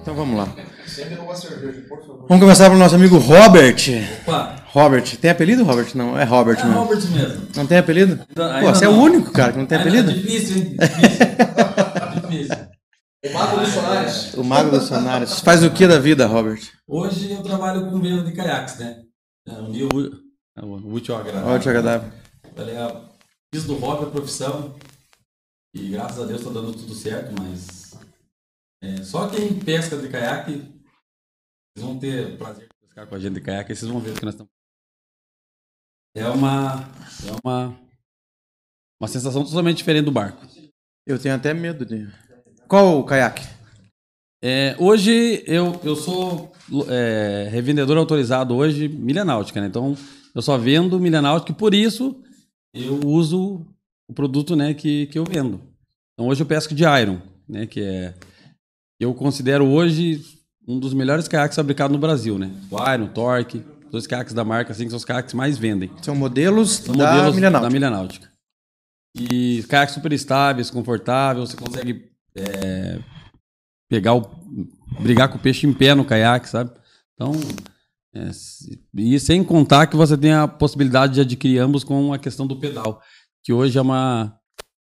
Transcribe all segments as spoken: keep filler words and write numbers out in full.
Então vamos lá. Vamos começar pelo nosso amigo Robert. Opa. Robert. Tem apelido, Robert? Não, é Robert É mesmo. Robert mesmo. Não tem apelido? Ainda, Pô, você não. é o único, cara, que não tem Ainda apelido? É difícil, hein? Difícil. Difícil. O Mago dos Sonares. O Mago dos Sonares. Faz o que da vida, Robert? Hoje eu trabalho com venda de caiaques, né? É um dia útil ao agradável. Ótimo, agradável. Olha, fiz do hobby a profissão e graças a Deus está dando tudo certo, mas é, só quem pesca de caiaque, vocês vão ter prazer de pescar com a gente de caiaque e vocês vão ver o que nós estamos. É uma, é uma, uma sensação totalmente diferente do barco. Eu tenho até medo de... Qual o caiaque? É, hoje eu, eu sou é, revendedor autorizado hoje milha náutica, né? Então eu só vendo milha náutica e por isso eu uso o produto, né, que, que eu vendo. Então hoje eu pesco de Iron, né, que é eu considero hoje um dos melhores caiaques fabricados no Brasil, né? O Iron, o Torque, dois caiaques da marca assim que são os caiaques que mais vendem. São modelos, São da, modelos milha náutica. da milha náutica. E caiaques super estáveis, confortáveis, você consegue é, pegar o brigar com o peixe em pé no caiaque, sabe? Então, é, e sem contar que você tem a possibilidade de adquirir ambos com a questão do pedal, que hoje é uma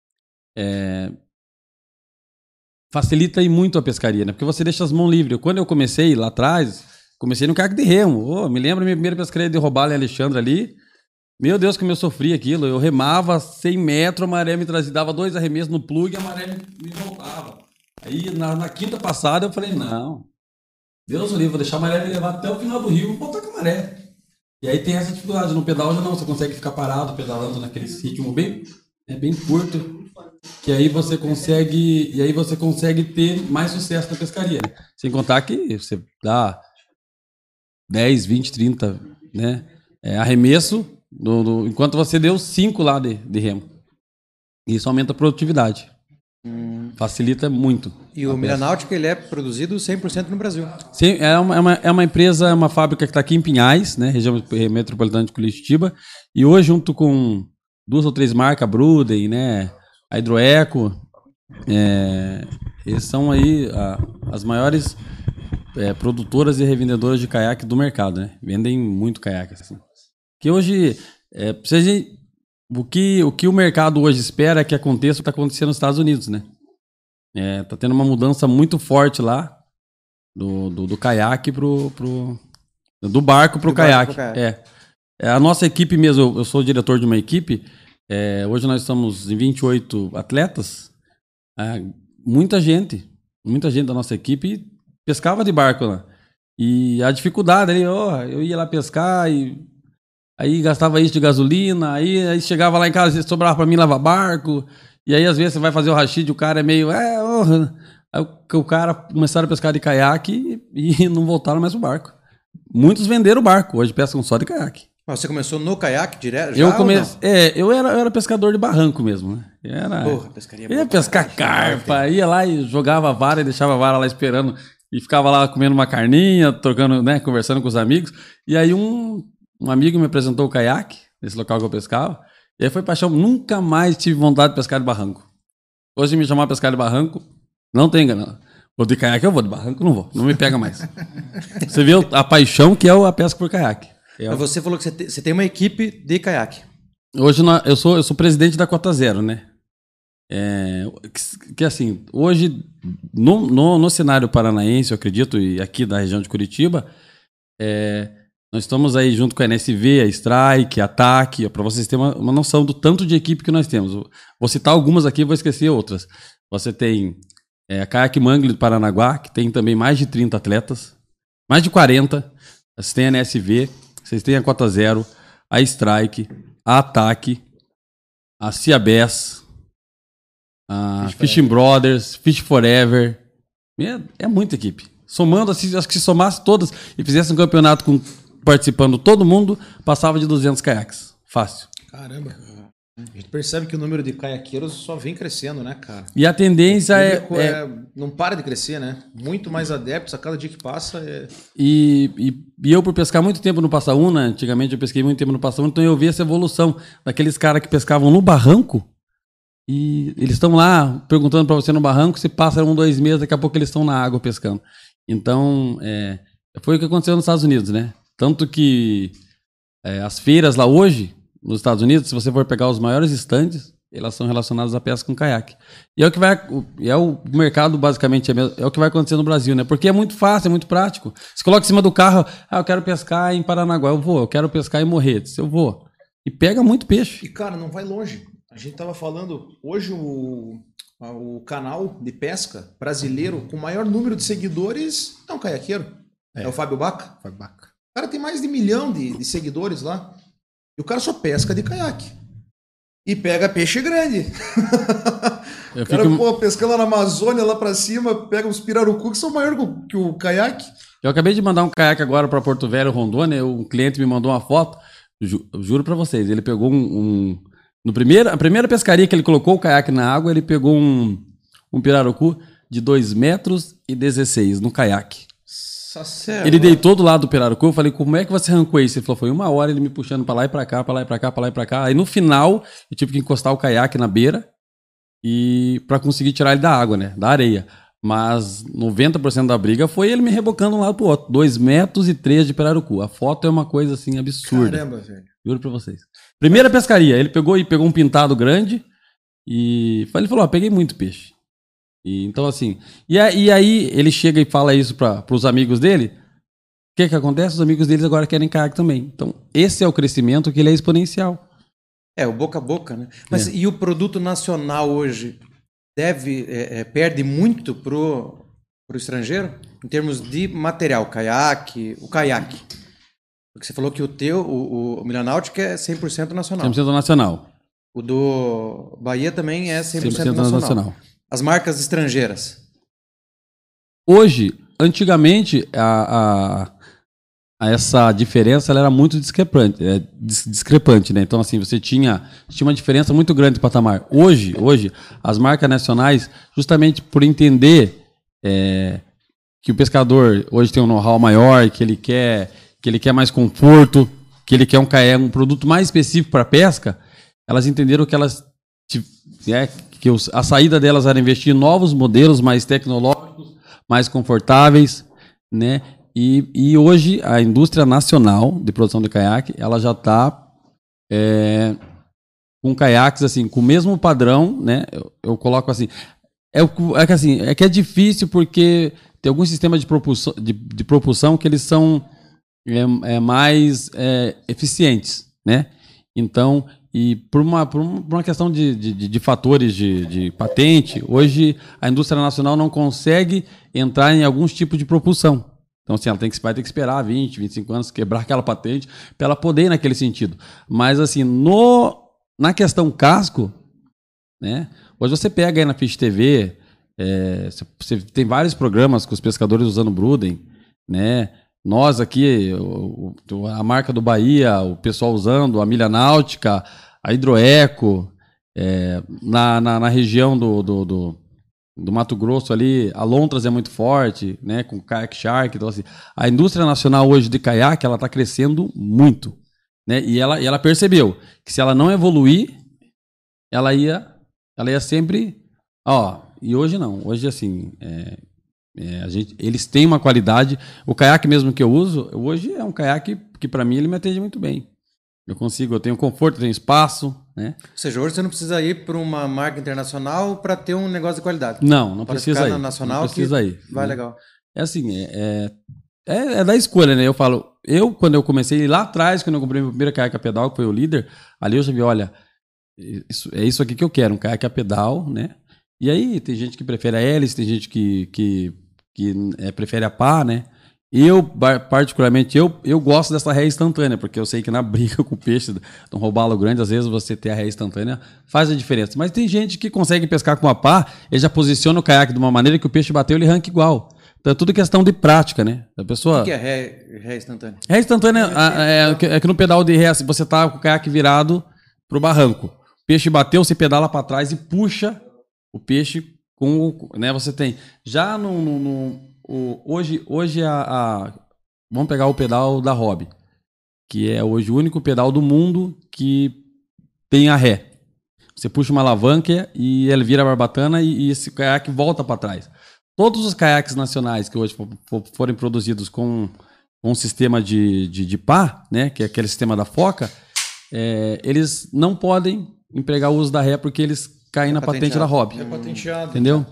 é, facilita e muito a pescaria, né? Porque você deixa as mãos livres. Quando eu comecei lá atrás, comecei no caiaque de remo. Oh, me lembro minha primeira pescaria de robalo em Alexandre ali. Meu Deus, como eu sofri aquilo. Eu remava cem metros, a maré me trazia, dava dois arremessos no plug e a maré me, me voltava. Aí, na, na quinta passada, eu falei, não, Deus o livre, vou deixar a maré me levar até o final do rio e vou voltar com a maré. E aí tem essa dificuldade. No pedal já não, você consegue ficar parado, pedalando naquele ritmo bem, é bem curto, que aí você consegue, e aí você consegue ter mais sucesso na pescaria, né? Sem contar que você dá dez, vinte, trinta, né, é, arremesso, do, do, enquanto você deu cinco lá de, de remo. Isso aumenta a produtividade. Hum. Facilita muito. E o milha náutica, ele é produzido cem por cento no Brasil. Sim, é uma, é uma, é uma empresa, é uma fábrica que está aqui em Pinhais, né, região metropolitana de Curitiba. E hoje, junto com duas ou três marcas, Bruden, né, a Hidroeco, é, eles são aí a, as maiores é, produtoras e revendedoras de caiaque do mercado, né? Vendem muito caiaque, assim. Que hoje, é, precisa, o, que, o que o mercado hoje espera que aconteça o que está acontecendo nos Estados Unidos, né? É, tá tendo uma mudança muito forte lá do, do, do caiaque pro, pro... do barco pro do caiaque. Barco pro caiaque. É. É, a nossa equipe mesmo, eu, eu sou o diretor de uma equipe, é, hoje nós estamos em vinte e oito atletas, é, muita gente, muita gente da nossa equipe pescava de barco lá. E a dificuldade ali, oh, eu ia lá pescar e aí gastava isso de gasolina, aí, aí chegava lá em casa, sobrava pra mim lavar barco, e aí às vezes você vai fazer o rachid, o cara é meio... É, oh. Aí o, o cara começaram a pescar de caiaque e, e não voltaram mais pro barco. Muitos venderam o barco, hoje pescam só de caiaque. Você começou no caiaque direto? Já, eu comecei, é, eu era, eu era pescador de barranco mesmo, né? Eu era, Porra, pescaria eu ia pescar carpa, ia lá e jogava a vara e deixava a vara lá esperando, e ficava lá comendo uma carninha, trocando, né, conversando com os amigos, e aí um... Um amigo me apresentou o caiaque, nesse local que eu pescava, e aí foi paixão. Nunca mais tive vontade de pescar de barranco. Hoje me chamar a pescar de barranco, não tem engano. Vou de caiaque, eu vou, de barranco não vou, não me pega mais. Você vê a paixão que é a pesca por caiaque. É. Você falou que você, te, você tem uma equipe de caiaque. Hoje eu sou, eu sou presidente da Cota Zero, né? É, que, que assim, hoje no, no, no cenário paranaense, eu acredito, e aqui da região de Curitiba, é... Nós estamos aí junto com a N S V, a Strike, a T A C, para vocês terem uma, uma noção do tanto de equipe que nós temos. Vou citar algumas aqui, vou esquecer outras. Você tem é, a Kayak Mangle do Paranaguá, que tem também mais de trinta atletas, mais de quarenta. Vocês têm a N S V, vocês têm a Cota Zero, a Strike, a Ataque, a Ciabes, a Fish Fishing Brothers, Fish Forever. É, é muita equipe. Somando, assim, acho que se somasse todas e fizesse um campeonato com... participando todo mundo, passava de duzentos caiaques. Fácil. Caramba. A gente percebe que o número de caiaqueiros só vem crescendo, né, cara? E a tendência é, é... é... Não para de crescer, né? Muito mais adeptos a cada dia que passa. É... E, e, e eu, por pescar muito tempo no Passaúna, antigamente eu pesquei muito tempo no Passaúna, então eu vi essa evolução daqueles caras que pescavam no barranco e eles estão lá perguntando para você no barranco, se passa um, dois meses, daqui a pouco eles estão na água pescando. Então, é, foi o que aconteceu nos Estados Unidos, né? Tanto que é, as feiras lá hoje, nos Estados Unidos, se você for pegar os maiores estandes, elas são relacionadas à pesca com caiaque. E é o que vai. É o mercado, basicamente, é, mesmo, é o que vai acontecer no Brasil, né? Porque é muito fácil, é muito prático. Você coloca em cima do carro, ah, eu quero pescar em Paranaguá, eu vou, eu quero pescar em Morretes, eu vou. E pega muito peixe. E, cara, não vai longe. A gente tava falando, hoje o, o canal de pesca brasileiro com o maior número de seguidores é um caiaqueiro. É, é o Fábio Baca. Fábio Baca. O cara tem mais de um milhão de, de seguidores lá. E o cara só pesca de caiaque. E pega peixe grande. Eu o cara, fico... pô, pescando lá na Amazônia, lá pra cima, pega uns pirarucu que são maiores que o caiaque. Eu acabei de mandar um caiaque agora para Porto Velho, Rondônia. Um cliente me mandou uma foto. Ju, juro para vocês, ele pegou um... um no primeiro, a primeira pescaria que ele colocou o caiaque na água, ele pegou um, um pirarucu de dois metros e dezesseis no caiaque. Nossa, ele deitou do lado do pirarucu, eu falei, como é que você arrancou isso? Ele falou, foi uma hora ele me puxando pra lá e pra cá, pra lá e pra cá, pra lá e pra cá. Aí no final, eu tive que encostar o caiaque na beira e para conseguir tirar ele da água, né? Da areia. Mas noventa por cento da briga foi ele me rebocando um lado pro outro. dois metros e três de pirarucu. A foto é uma coisa assim absurda. Caramba, velho. Juro pra vocês. Primeira pescaria, ele pegou e pegou um pintado grande e ele falou, ó, peguei muito peixe. E, então, assim, e, a, e aí ele chega e fala isso para os amigos dele. O que que acontece? Os amigos deles agora querem caiaque também. Então, esse é o crescimento que ele é exponencial. É, o boca a boca, né? Mas é. E o produto nacional hoje deve, é, é, perde muito pro, pro estrangeiro? Em termos de material, caiaque, o caiaque. Porque você falou que o teu, o, o Milanautico é cem por cento nacional. cem por cento nacional. O do Bahia também é cem por cento, cem por cento nacional. nacional. As marcas estrangeiras. Hoje, antigamente, a, a, a essa diferença ela era muito discrepante, é, discrepante, né? Então, assim, você tinha, tinha uma diferença muito grande de patamar. Hoje, hoje, as marcas nacionais, justamente por entender é, que o pescador hoje tem um know-how maior, que ele quer, que ele quer mais conforto, que ele quer um, um produto mais específico para pesca, elas entenderam que elas é, que os, a saída delas era investir em novos modelos mais tecnológicos, mais confortáveis, né? E, e hoje a indústria nacional de produção de caiaque, ela já está é, com caiaques assim, com o mesmo padrão, né? Eu, eu coloco assim, é, é que assim, é que é difícil porque tem alguns sistemas de propulsão, de, de propulsão que eles são é, é mais é, eficientes, né? Então e por uma, por uma questão de, de, de fatores de, de patente, hoje a indústria nacional não consegue entrar em alguns tipos de propulsão. Então, assim, ela tem que, vai ter que esperar vinte, vinte e cinco anos, quebrar aquela patente, para ela poder ir naquele sentido. Mas, assim, no, na questão casco, né, hoje você pega aí na Fish T V, é, você tem vários programas com os pescadores usando Bruden, né? Nós aqui, o, a marca do Bahia, o pessoal usando a Milha Náutica, a Hidroeco, é, na, na, na região do, do, do, do Mato Grosso ali, a Lontras é muito forte, né, com o Kayak Shark. Então, assim, a indústria nacional hoje de caiaque ela está crescendo muito, né, e, ela, e ela percebeu que se ela não evoluir, ela ia, ela ia sempre... Ó, e hoje não, hoje assim... É, É, a gente, eles têm uma qualidade. O caiaque mesmo que eu uso, hoje é um caiaque que para mim ele me atende muito bem. Eu consigo, eu tenho conforto, eu tenho espaço, né? Ou seja, hoje você não precisa ir para uma marca internacional para ter um negócio de qualidade. Não, não Pode precisa ir. Na nacional não precisa ir. Vai né? legal. É assim, é, é, é da escolha, né? Eu falo, eu quando eu comecei lá atrás, quando eu comprei meu primeiro caiaque a pedal, que foi o líder, ali eu já vi, olha, isso, é isso aqui que eu quero, um caiaque a pedal, né? E aí tem gente que prefere a hélice, tem gente que, que, que é, prefere a pá, né? Eu, particularmente, eu, eu gosto dessa ré instantânea, porque eu sei que na briga com o peixe, de um robalo grande, às vezes você ter a ré instantânea faz a diferença. Mas tem gente que consegue pescar com a pá, ele já posiciona o caiaque de uma maneira que o peixe bateu, ele arranca igual. Então é tudo questão de prática, né? A pessoa... O que é ré, ré instantânea? Ré instantânea é, é, é que no pedal de ré, você tá com o caiaque virado pro barranco. O peixe bateu, você pedala para trás e puxa o peixe com o... Né, você tem... Já no... no, no o, hoje hoje a, a... Vamos pegar o pedal da Hobby, que é hoje o único pedal do mundo que tem a ré. Você puxa uma alavanca e ele vira a barbatana e, e esse caiaque volta para trás. todos os caiaques nacionais que hoje for, for, forem produzidos com, com um sistema de, de, de pá, né, que é aquele sistema da foca, é, eles não podem empregar o uso da ré porque eles caem é na patente da Hobby. É patenteado. Entendeu?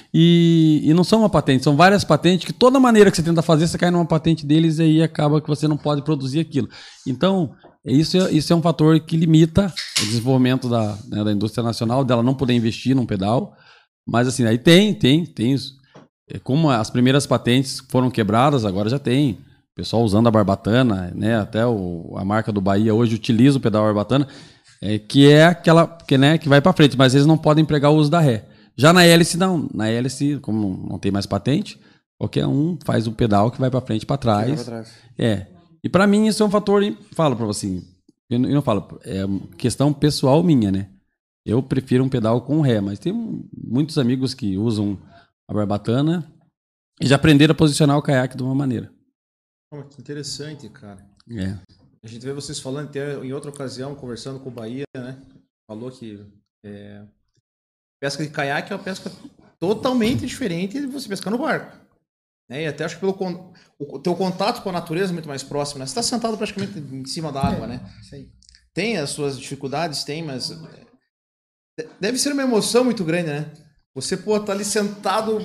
E, e não são uma patente, são várias patentes que toda maneira que você tenta fazer, você cai numa patente deles e aí acaba que você não pode produzir aquilo. Então, isso é, isso é um fator que limita o desenvolvimento da, né, da indústria nacional, dela não poder investir num pedal. Mas assim, aí tem, tem, tem. Como as primeiras patentes foram quebradas, agora já tem. O pessoal usando a barbatana, né? Até o, a marca do Bahia hoje utiliza o pedal barbatana, é, que é aquela que, né, que vai para frente, mas eles não podem empregar o uso da ré. Já na hélice, não. Na hélice, como não tem mais patente, qualquer um faz o pedal que vai para frente e para trás. trás. É. E para mim isso é um fator, falo para você, eu não, eu não falo, é questão pessoal minha, né? Eu prefiro um pedal com ré, mas tem muitos amigos que usam a barbatana e já aprenderam a posicionar o caiaque de uma maneira. Oh, que interessante, cara. É. A gente vê vocês falando até em outra ocasião, conversando com o Bahia, né? Falou que é, pesca de caiaque é uma pesca totalmente diferente de você pescar no barco. Né? E até acho que pelo con... o teu contato com a natureza é muito mais próximo, né? Você está sentado praticamente em cima da água, é, né? Sim. Tem as suas dificuldades, tem, mas deve ser uma emoção muito grande, né? Você, pô, tá ali sentado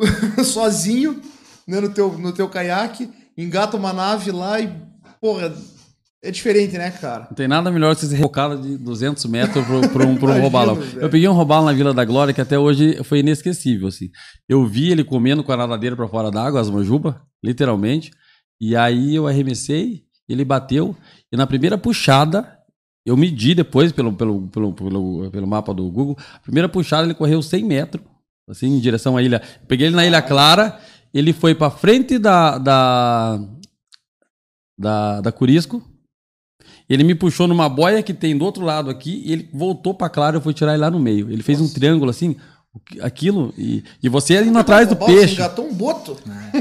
sozinho, né, no teu, no teu caiaque, engata uma nave lá e, porra, é diferente, né, cara? Não tem nada melhor que você ser rebocado de duzentos metros para um, um robalo. Eu peguei um robalo na Vila da Glória que até hoje foi inesquecível, assim. Eu vi ele comendo com a nadadeira para fora d'água, as manjuba, literalmente, e aí eu arremessei, ele bateu, e na primeira puxada, eu medi depois pelo, pelo, pelo, pelo, pelo mapa do Google, a primeira puxada ele correu cem metros, assim, em direção à ilha. Peguei ele na Ilha Clara, ele foi para frente da, da, da, da Curisco, ele me puxou numa boia que tem do outro lado aqui, e ele voltou para Clara, eu fui tirar ele lá no meio. Ele fez Nossa. um triângulo assim, aquilo, e, e você indo atrás do peixe. Você engatou um boto.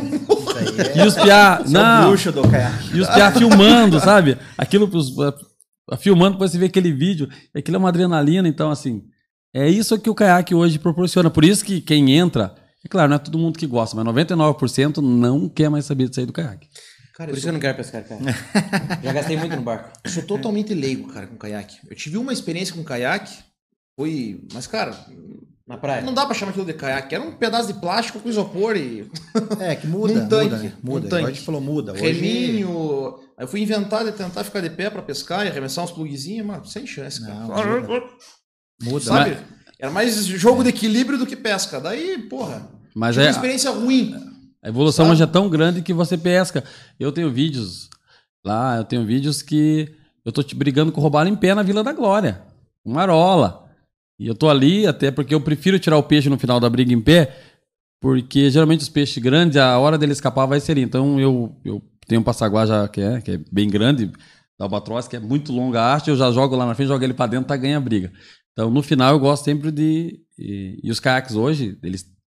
É. E os piá, não, bruxo do caiaque. E os piá filmando, sabe? Aquilo pros, filmando, depois você vê aquele vídeo, aquilo é uma adrenalina, então assim, é isso que o caiaque hoje proporciona. Por isso que quem entra, é claro, não é todo mundo que gosta, mas noventa e nove por cento não quer mais saber de sair do caiaque. Cara, Por isso sou... eu não quero pescar caiaque. Já gastei muito no barco. Eu sou totalmente leigo, cara, com caiaque. Eu tive uma experiência com caiaque, foi... Mas, cara... Na praia? Não dá pra chamar aquilo de caiaque. Era um pedaço de plástico com isopor e... É, que muda, Num tanque, muda, né? Muda. Um tanque. A gente falou muda. Hoje... Reminho... Aí eu fui inventar de tentar ficar de pé pra pescar e arremessar uns pluguezinhos, mano, sem chance, cara. Não, muda. muda. Sabe? Mas... Era mais jogo de equilíbrio do que pesca. Daí, porra... Mas tive é... uma experiência ruim. A evolução sabe? Hoje é tão grande que você pesca. Eu tenho vídeos lá, eu tenho vídeos que eu tô te brigando com o robalo em pé na Vila da Glória. Com marola. E eu tô ali, até porque eu prefiro tirar o peixe no final da briga em pé, porque geralmente os peixes grandes, a hora dele escapar vai ser ali. Então eu, eu tenho um passaguá já que é, que é bem grande, da albatroz, que é muito longa a haste, eu já jogo lá na frente, jogo ele para dentro, tá, ganha a briga. Então no final eu gosto sempre de... E, e os caiaques hoje, eles...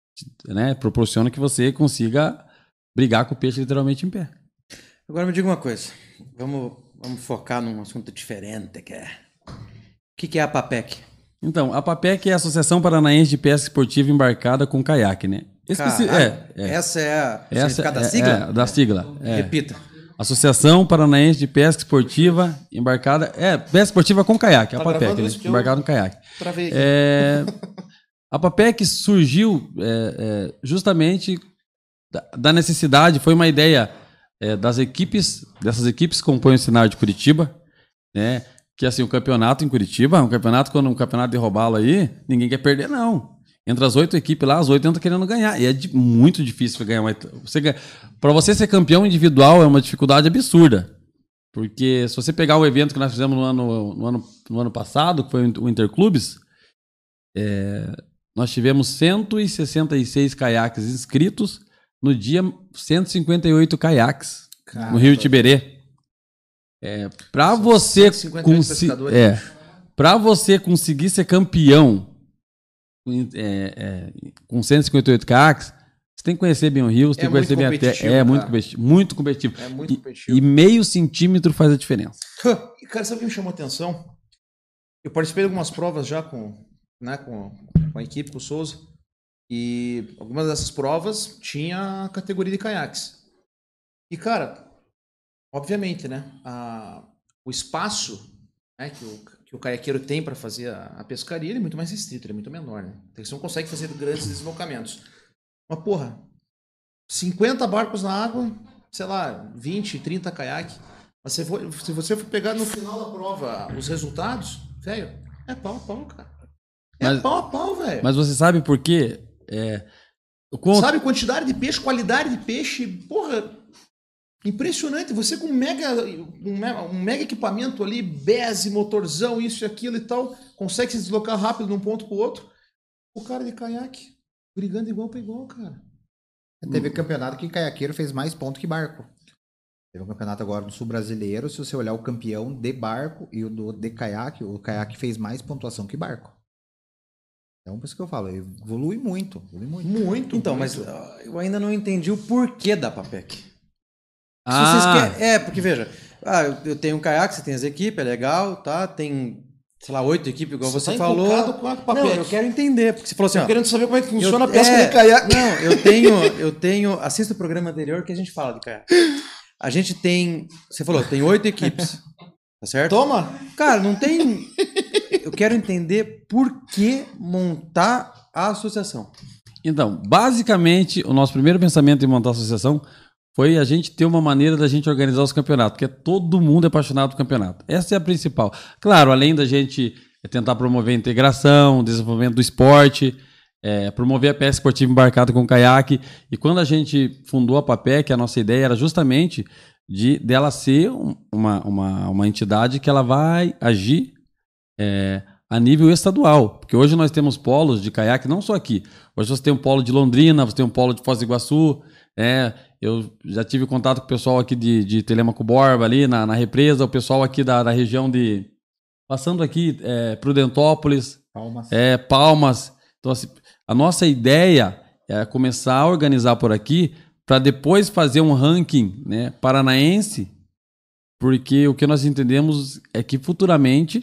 Né, proporciona que você consiga brigar com o peixe literalmente em pé. Agora me diga uma coisa. Vamos, vamos focar num assunto diferente, que é... O que, que é a APAPEC? Então, a APAPEC é a Associação Paranaense de Pesca Esportiva Embarcada com Caiaque, né? Especi... é, é. Essa é a essa significado é, da sigla? É, da sigla. É. Repita. Associação Paranaense de Pesca Esportiva Embarcada... É, Pesca Esportiva com Caiaque, a tá APAPEC, né? Embarcado com Caiaque. Travei aqui. É... A APAPEC surgiu é, é, justamente da, da necessidade, foi uma ideia é, das equipes, dessas equipes que compõem o cenário de Curitiba, né? Que assim, o campeonato em Curitiba, um campeonato, quando um campeonato de robalo aí, ninguém quer perder, não. Entre as oito equipes lá, as oito entram querendo ganhar. E é de, muito difícil ganhar uma. Você, para você ser campeão individual é uma dificuldade absurda. Porque se você pegar o evento que nós fizemos no ano, no ano, no ano passado, que foi o Interclubes, é, nós tivemos cento e sessenta e seis caiaques inscritos, no dia cento e cinquenta e oito caiaques. Caramba. No Rio Tiberê. É, para você, consi é, para você conseguir ser campeão é, é, com cento e cinquenta e oito caiaques, você tem que conhecer bem o rio, você é tem que conhecer bem a terra. É muito competitivo, muito competitivo. É muito competitivo. E, e meio centímetro faz a diferença. E, cara, sabe o que me chamou a atenção? Eu participei de algumas provas já com, né, com, com a equipe, com o Souza. E algumas dessas provas tinha a categoria de caiaques. E, cara, obviamente, né? A, o espaço, né, que, o, que o caiaqueiro tem para fazer a, a pescaria, ele é muito mais restrito, ele é muito menor, né? Então você não consegue fazer grandes deslocamentos. Mas, porra, cinquenta barcos na água, sei lá, vinte, trinta caiaques. Mas se, for, se você for pegar no final da prova os resultados, velho, é pau a pau, cara. É Mas- pau a pau, velho. Mas você sabe por quê? É, o quanto- Sabe, quantidade de peixe, qualidade de peixe, porra, impressionante. Você com um mega, um mega, um mega equipamento ali, beze, motorzão, isso e aquilo e tal, consegue se deslocar rápido de um ponto pro outro. O cara de caiaque, brigando igual pra igual, cara. Teve campeonato que caiaqueiro fez mais ponto que barco. Teve um campeonato agora no Sul Brasileiro, se você olhar o campeão de barco e o do, de caiaque, o caiaque fez mais pontuação que barco. Então, por isso que eu falo, evolui muito, evolui muito. Muito. Então, muito. mas ah, eu ainda não entendi o porquê da PAPEC. Se Ah, vocês querem- É, porque veja, ah, eu- eu tenho um caiaque, você tem as equipes, é legal, tá? Tem, sei lá, oito equipes, igual você, tá falou. empolgado com a Não, PAPEC. eu quero entender, porque você falou assim, Tô ó, querendo saber como é que funciona eu- a pesca é, de caiaque. Não, eu tenho, eu tenho. Assista o programa anterior que a gente fala de caiaque. A gente tem. Você falou, tem oito equipes. Tá certo? Toma! Cara, não tem. Eu quero entender por que montar a associação. Então, basicamente, o nosso primeiro pensamento em montar a associação foi a gente ter uma maneira da gente organizar os campeonatos, porque todo mundo é apaixonado por campeonato. Essa é a principal. Claro, além da gente tentar promover a integração, o desenvolvimento do esporte, é, promover a pesca esportiva embarcada com caiaque. E quando a gente fundou a PAPEC, a nossa ideia era justamente de dela ser um- uma, uma, uma entidade que ela vai agir é, a nível estadual. Porque hoje nós temos polos de caiaque, não só aqui. Hoje você tem um polo de Londrina, você tem um polo de Foz do Iguaçu. É, eu já tive contato com o pessoal aqui de, de Telêmaco Borba, ali na, na represa, o pessoal aqui da, da região de... Passando aqui, é, Prudentópolis, Palmas. é, Palmas. Então, assim, a nossa ideia é começar a organizar por aqui para depois fazer um ranking, né, paranaense, porque o que nós entendemos é que futuramente,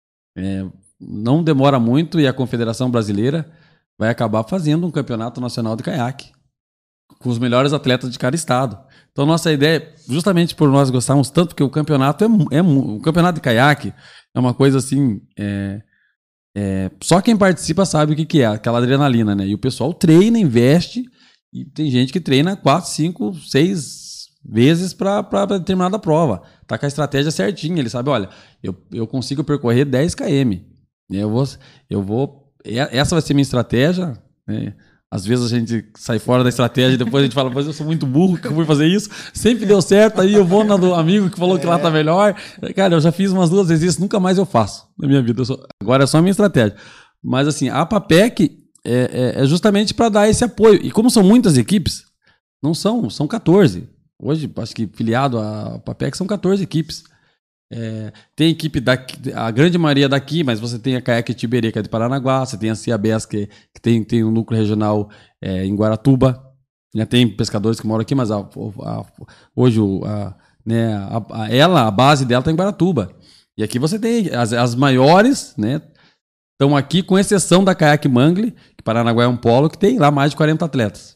é, não demora muito e a Confederação Brasileira vai acabar fazendo um campeonato nacional de caiaque com os melhores atletas de cada estado. Então, nossa ideia, justamente por nós gostarmos tanto, porque o campeonato é, mu- é mu- o campeonato de caiaque é uma coisa assim, é, é, só quem participa sabe o que, que é, aquela adrenalina, né? E o pessoal treina, investe, e tem gente que treina quatro, cinco, seis vezes para determinada prova. Tá com a estratégia certinha, ele sabe, olha, eu, eu consigo percorrer dez quilômetros. Eu vou, eu vou, essa vai ser minha estratégia, né? Às vezes a gente sai fora da estratégia e depois a gente fala, mas eu sou muito burro que eu fui fazer isso. Sempre deu certo, aí eu vou na do amigo que falou que lá tá melhor. Cara, eu já fiz umas duas vezes isso, nunca mais eu faço na minha vida. Eu sou- agora é só a minha estratégia. Mas assim, a PAPEC é, é- é justamente para dar esse apoio. E como são muitas equipes, não são, são quatorze. Hoje, acho que filiado à PAPEC são quatorze equipes. É, tem equipe daqui, a grande maioria daqui, mas você tem a Caiaque Tiberê, que é de Paranaguá, você tem a Ciabés, que, que tem, tem um núcleo regional é, em Guaratuba, já tem pescadores que moram aqui, mas a, a- hoje o- a, né, a- a- ela, a base dela está em Guaratuba. E aqui você tem as, as maiores, né, estão aqui, com exceção da Caiaque Mangle, que Paranaguá é um polo, que tem lá mais de quarenta atletas.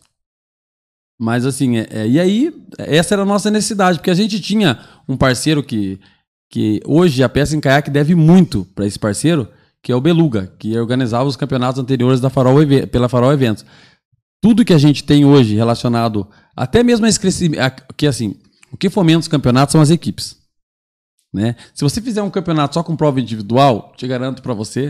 Mas assim, é, é, e aí, essa era a nossa necessidade, porque a gente tinha um parceiro que que hoje a pesca em caiaque deve muito para esse parceiro, que é o Beluga, que organizava os campeonatos anteriores da Farol Eve- pela Farol Eventos. Tudo que a gente tem hoje relacionado, até mesmo a esse crescimento, a- que assim, o que fomenta os campeonatos são as equipes. Né? Se você fizer um campeonato só com prova individual, te garanto para você,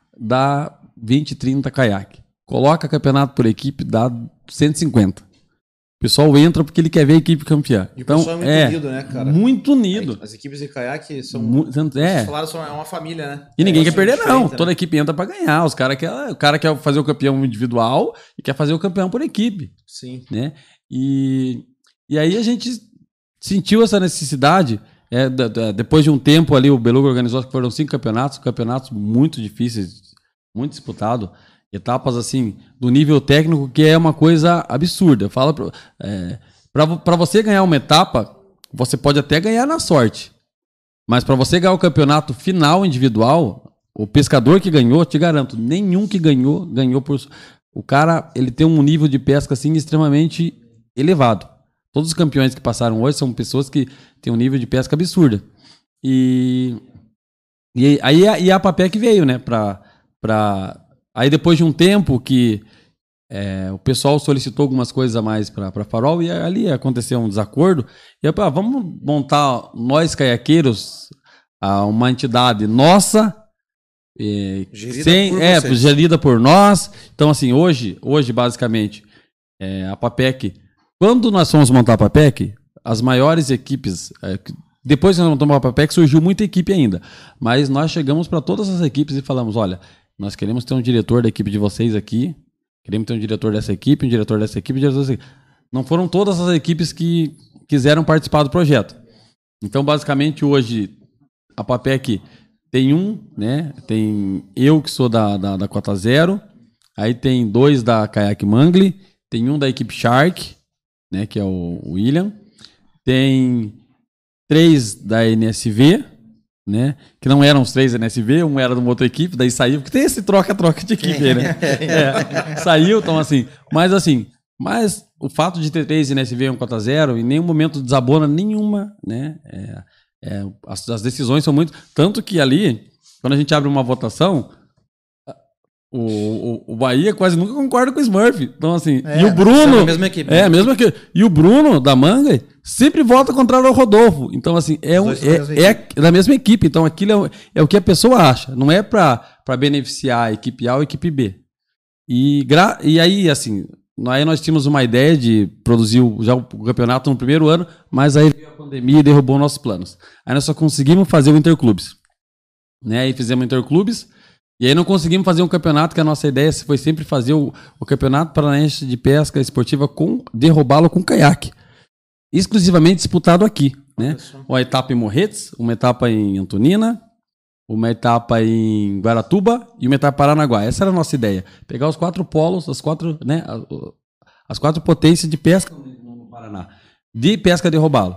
dá vinte, trinta caiaque. Coloca campeonato por equipe, dá cento e cinquenta. O pessoal entra porque ele quer ver a equipe campeã. E o Então, pessoal é muito é, unido, né, cara? muito unido. As equipes de caiaque são. Mu- tanto- é. Vocês falaram, são é uma família, né? E ninguém É, quer perder, não. diferente, Toda né? equipe entra pra ganhar. Os cara quer, o cara quer fazer o campeão individual e quer fazer o campeão por equipe. Sim. Né? E, e aí a gente sentiu essa necessidade. É, da- da- depois de um tempo ali, o Beluga organizou, que foram cinco campeonatos, campeonatos muito difíceis, muito disputados. Etapas assim, do nível técnico, que é uma coisa absurda. Fala pra, é, pra, pra você ganhar uma etapa, você pode até ganhar na sorte. Mas para você ganhar o campeonato final individual, o pescador que ganhou, te garanto, nenhum que ganhou, ganhou por, o cara, ele tem um nível de pesca, assim, extremamente elevado. Todos os campeões que passaram hoje são pessoas que têm um nível de pesca absurda. E, e aí a, e a Apapec veio, né, pra, pra... Aí depois de um tempo que é, o pessoal solicitou algumas coisas a mais para Farol, e ali aconteceu um desacordo, e eu falei, ah, vamos montar nós caiaqueiros, uma entidade nossa, é, Gerida sem, por é, vocês. gerida por nós. Então, assim, hoje, hoje basicamente, é, a Apapec, quando nós fomos montar a Apapec, as maiores equipes, é, depois que nós montamos a Apapec, surgiu muita equipe ainda, mas nós chegamos para todas as equipes e falamos, olha, nós queremos ter um diretor da equipe de vocês aqui, queremos ter um diretor dessa equipe, um diretor dessa equipe, um diretor dessa equipe. Não foram todas as equipes que quiseram participar do projeto. Então, basicamente, hoje, a Apapec tem um, né? Tem eu, que sou da, da, da Cota Zero, aí tem dois da Kayak Mangle, tem um da equipe Shark, né? Que é o William, tem três da N S V, né? Que não eram os três N S V, um era de uma outra equipe, daí saiu, porque tem esse troca-troca de equipe aí, né? É, saiu, então assim, mas assim, mas o fato de ter três N S V e um Cota Zero, em nenhum momento desabona nenhuma, né? É, é, as, as decisões são muito. Tanto que ali, quando a gente abre uma votação, o, o, o Bahia quase nunca concorda com o Smurf. Então, assim, É, e o Bruno. É a mesma equipe. É, a mesma equipe. E o Bruno, da Manga, sempre vota contrário ao Rodolfo. Então, assim, é, um, Os dois são da mesma é, é da mesma equipe. Então, aquilo é, o- é o que a pessoa acha. Não é para beneficiar a equipe A ou a equipe B. E, gra, e aí, assim, aí nós tínhamos uma ideia de produzir o, já o campeonato no primeiro ano, mas aí veio a pandemia e derrubou nossos planos. Aí nós só conseguimos fazer o Interclubes. Né? Aí fizemos o Interclubes, e aí não conseguimos fazer um campeonato, que a nossa ideia foi sempre fazer o, o Campeonato Paranaense de Pesca Esportiva com derrubá-lo com caiaque. Exclusivamente disputado aqui. Né? Uma etapa em Morretes, uma etapa em Antonina, uma etapa em Guaratuba e uma etapa em Paranaguá. Essa era a nossa ideia. Pegar os quatro polos, as quatro, né, as quatro potências de pesca no Paraná. De pesca de robalo.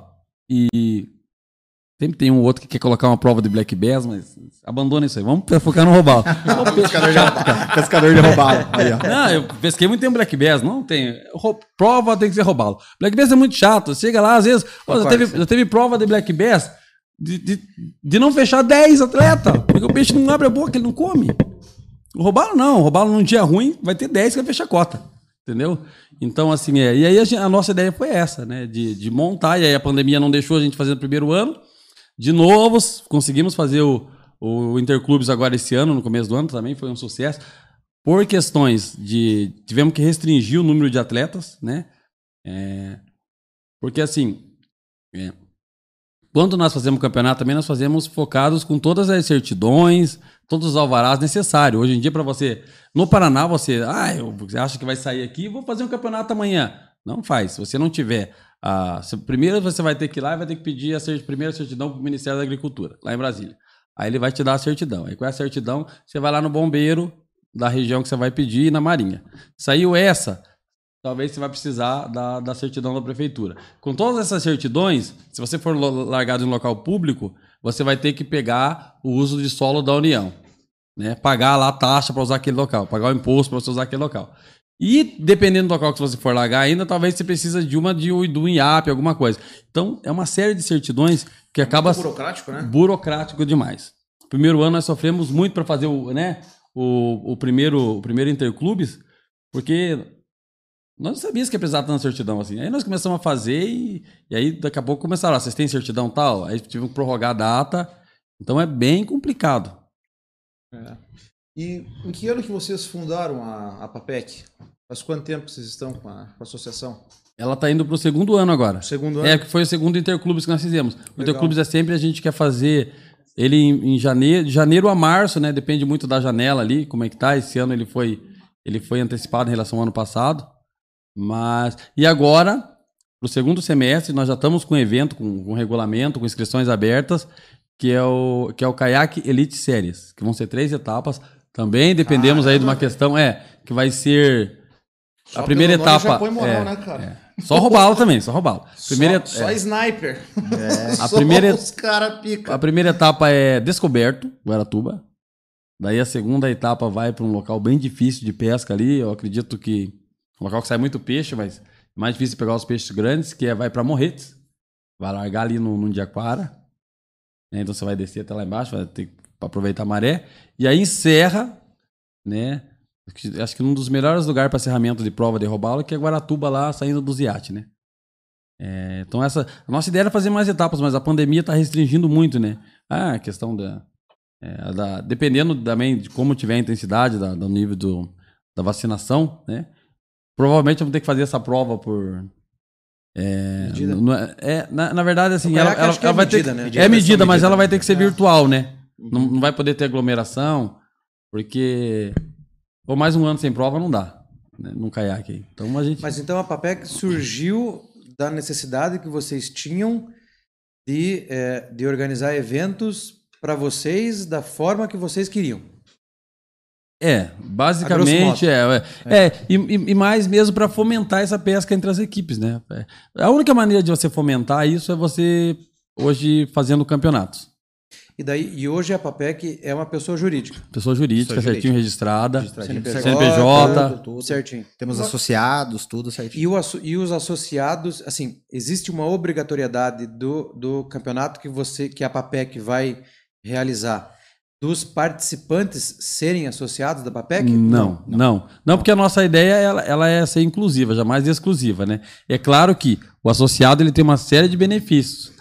E sempre tem um outro que quer colocar uma prova de Black Bass, mas abandona isso aí. Vamos focar no robalo. Pescador de roubalo. Pescador de roubalo. Aí, ó. Não, eu pesquei muito tempo Black Bass. Não tem. Ro- prova tem que ser robalo. Black Bass é muito chato. Chega lá, às vezes. Pô, já, teve, já teve prova de Black Bass de, de, de não fechar dez atletas. Porque o peixe não abre a boca, ele não come. O robalo não. O robalo num dia ruim vai ter dez que vai fechar a cota. Entendeu? Então, assim, é. E aí a, gente- a nossa ideia foi essa, né? De, de montar. E aí a pandemia não deixou a gente fazer no primeiro ano. De novo, conseguimos fazer o, o Interclubes agora esse ano, no começo do ano, também foi um sucesso. Por questões de... Tivemos que restringir o número de atletas, né? É, porque, assim, é, quando nós fazemos campeonato, também nós fazemos focados com todas as certidões, todos os alvarás necessários. Hoje em dia, para você... No Paraná, você... Ah, eu, você acha que vai sair aqui, vou fazer um campeonato amanhã. Não faz. Se você não tiver... Ah, se- primeiro você vai ter que ir lá e vai ter que pedir a cer- primeira certidão para o Ministério da Agricultura, lá em Brasília. Aí ele vai te dar a certidão. Aí com a certidão, você vai lá no bombeiro da região que você vai pedir e na Marinha. Saiu essa, talvez você vai precisar da, da certidão da prefeitura. Com todas essas certidões, se você for lo- largado em um local público, você vai ter que pegar o uso de solo da União. Né? Pagar lá a taxa para usar aquele local, pagar o imposto para você usar aquele local. E dependendo do local que você for largar ainda, talvez você precisa de uma de, do I A P, alguma coisa. Então, é uma série de certidões que acaba Muito burocrático, né? burocrático demais. Primeiro ano nós sofremos muito para fazer o, né, o, o, primeiro, o primeiro Interclubes, porque nós não sabíamos que ia precisar tanta certidão assim. Aí nós começamos a fazer e, e aí daqui a pouco começaram, ah, vocês têm certidão tal? Aí tivemos que prorrogar a data. Então é bem complicado. E em que ano que vocês fundaram a, a Apapec? Faz quanto tempo que vocês estão com a, com a associação? Ela está indo para o segundo ano agora. Segundo ano? É, que foi o segundo Interclubes que nós fizemos. O Legal. Interclubes é sempre a gente quer fazer ele em, em janeiro, de janeiro a março, né? Depende muito da janela ali, como é que tá. Esse ano ele foi, ele foi antecipado em relação ao ano passado. Mas e agora, para o segundo semestre, nós já estamos com evento, com, com regulamento, com inscrições abertas, que é o que é o Kayak Elite Series, que vão ser três etapas. Também dependemos aí de uma questão, é, que vai ser Só a primeira pelo nome etapa. já põe moral, é, né, cara? Só roubá-lo também, só roubá-lo. Primeira, só, só é, sniper. a Só primeira- os cara pica. a primeira etapa é Descoberto, Guaratuba. Daí a segunda etapa vai para um local bem difícil de pesca ali. Eu acredito que um local que sai muito peixe, mas é mais difícil pegar os peixes grandes, que é vai para Morretes. Vai largar ali no, no Diaquara. Né? Então você vai descer até lá embaixo, vai ter que aproveitar a maré. E aí encerra, né? Acho que um dos melhores lugares para serramento de prova de robalo, que é Guaratuba, lá saindo dos iates, né? É, então essa, a nossa ideia era fazer mais etapas, mas a pandemia está restringindo muito, né? Ah, a questão da, é, da... Dependendo também de como tiver a intensidade, da, do nível do, da vacinação, né? Provavelmente eu vou ter que fazer essa prova por... É, Medida? no- é, na, na verdade, assim, O ela, caiaque ela, acho que é ela vai medida, ter... né? É Medida, medida, só mas medida, ela vai né? ter que ser É. virtual, né? Não, não vai poder ter aglomeração, porque... Ou mais um ano sem prova não dá, né? Num caiaque aí. Então a gente... Mas então a Papec surgiu da necessidade que vocês tinham de, eh, de organizar eventos para vocês da forma que vocês queriam. É, basicamente é. É, é. E, e- e mais mesmo para fomentar essa pesca entre as equipes, né? É. A única maneira de você fomentar isso é você hoje fazendo campeonatos. E daí e hoje a Papec é uma pessoa jurídica. Pessoa jurídica, Pessoa certinho jurídica. registrada. Registradinho, C N P J, C N P J. tudo, tudo. Certinho. Temos associados, tudo certinho. E, o asso- e os associados, assim, existe uma obrigatoriedade do, do campeonato que você, que a Papec vai realizar, dos participantes serem associados da Papec? Não, não, não. porque a nossa ideia ela, ela é ser inclusiva, jamais exclusiva, né? É claro que o associado ele tem uma série de benefícios.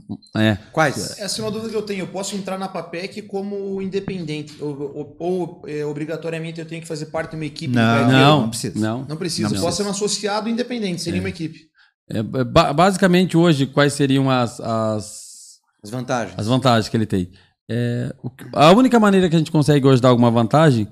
É. Quais? Essa é uma dúvida que eu tenho. Eu posso entrar na Papec como independente? Ou, ou- ou, é, obrigatoriamente eu tenho que fazer parte de uma equipe? Não, do Não, não precisa. Não. Não precisa. Não Eu posso precisa. ser um associado independente, sem nenhuma equipe. É, ba- basicamente hoje quais seriam as, as As vantagens. as vantagens que ele tem. É, o que- a única maneira que a gente consegue hoje dar alguma vantagem,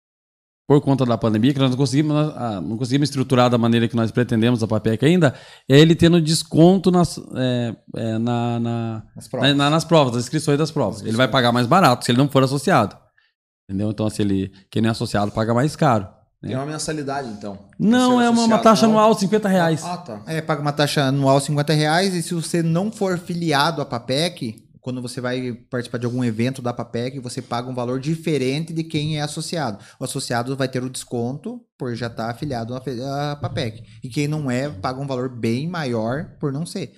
por conta da pandemia, que nós não conseguimos, nós, ah, não conseguimos estruturar da maneira que nós pretendemos a Papec ainda, é ele tendo desconto nas, é, é, na, na- As provas. na- na- nas provas, nas inscrições das provas. Ele vai pagar mais barato se ele não for associado. Entendeu? Então, se ele, quem não é associado paga mais caro. Tem uma mensalidade, então. Não, Ser é uma, uma associado, taxa não. anual, cinquenta reais. Ah, tá. É, paga uma taxa anual cinquenta reais e se você não for filiado à Papec, quando você vai participar de algum evento da Papec, você paga um valor diferente de quem é associado. O associado vai ter o desconto por já estar afiliado à fe- à Papec. E quem não é, paga um valor bem maior por não ser.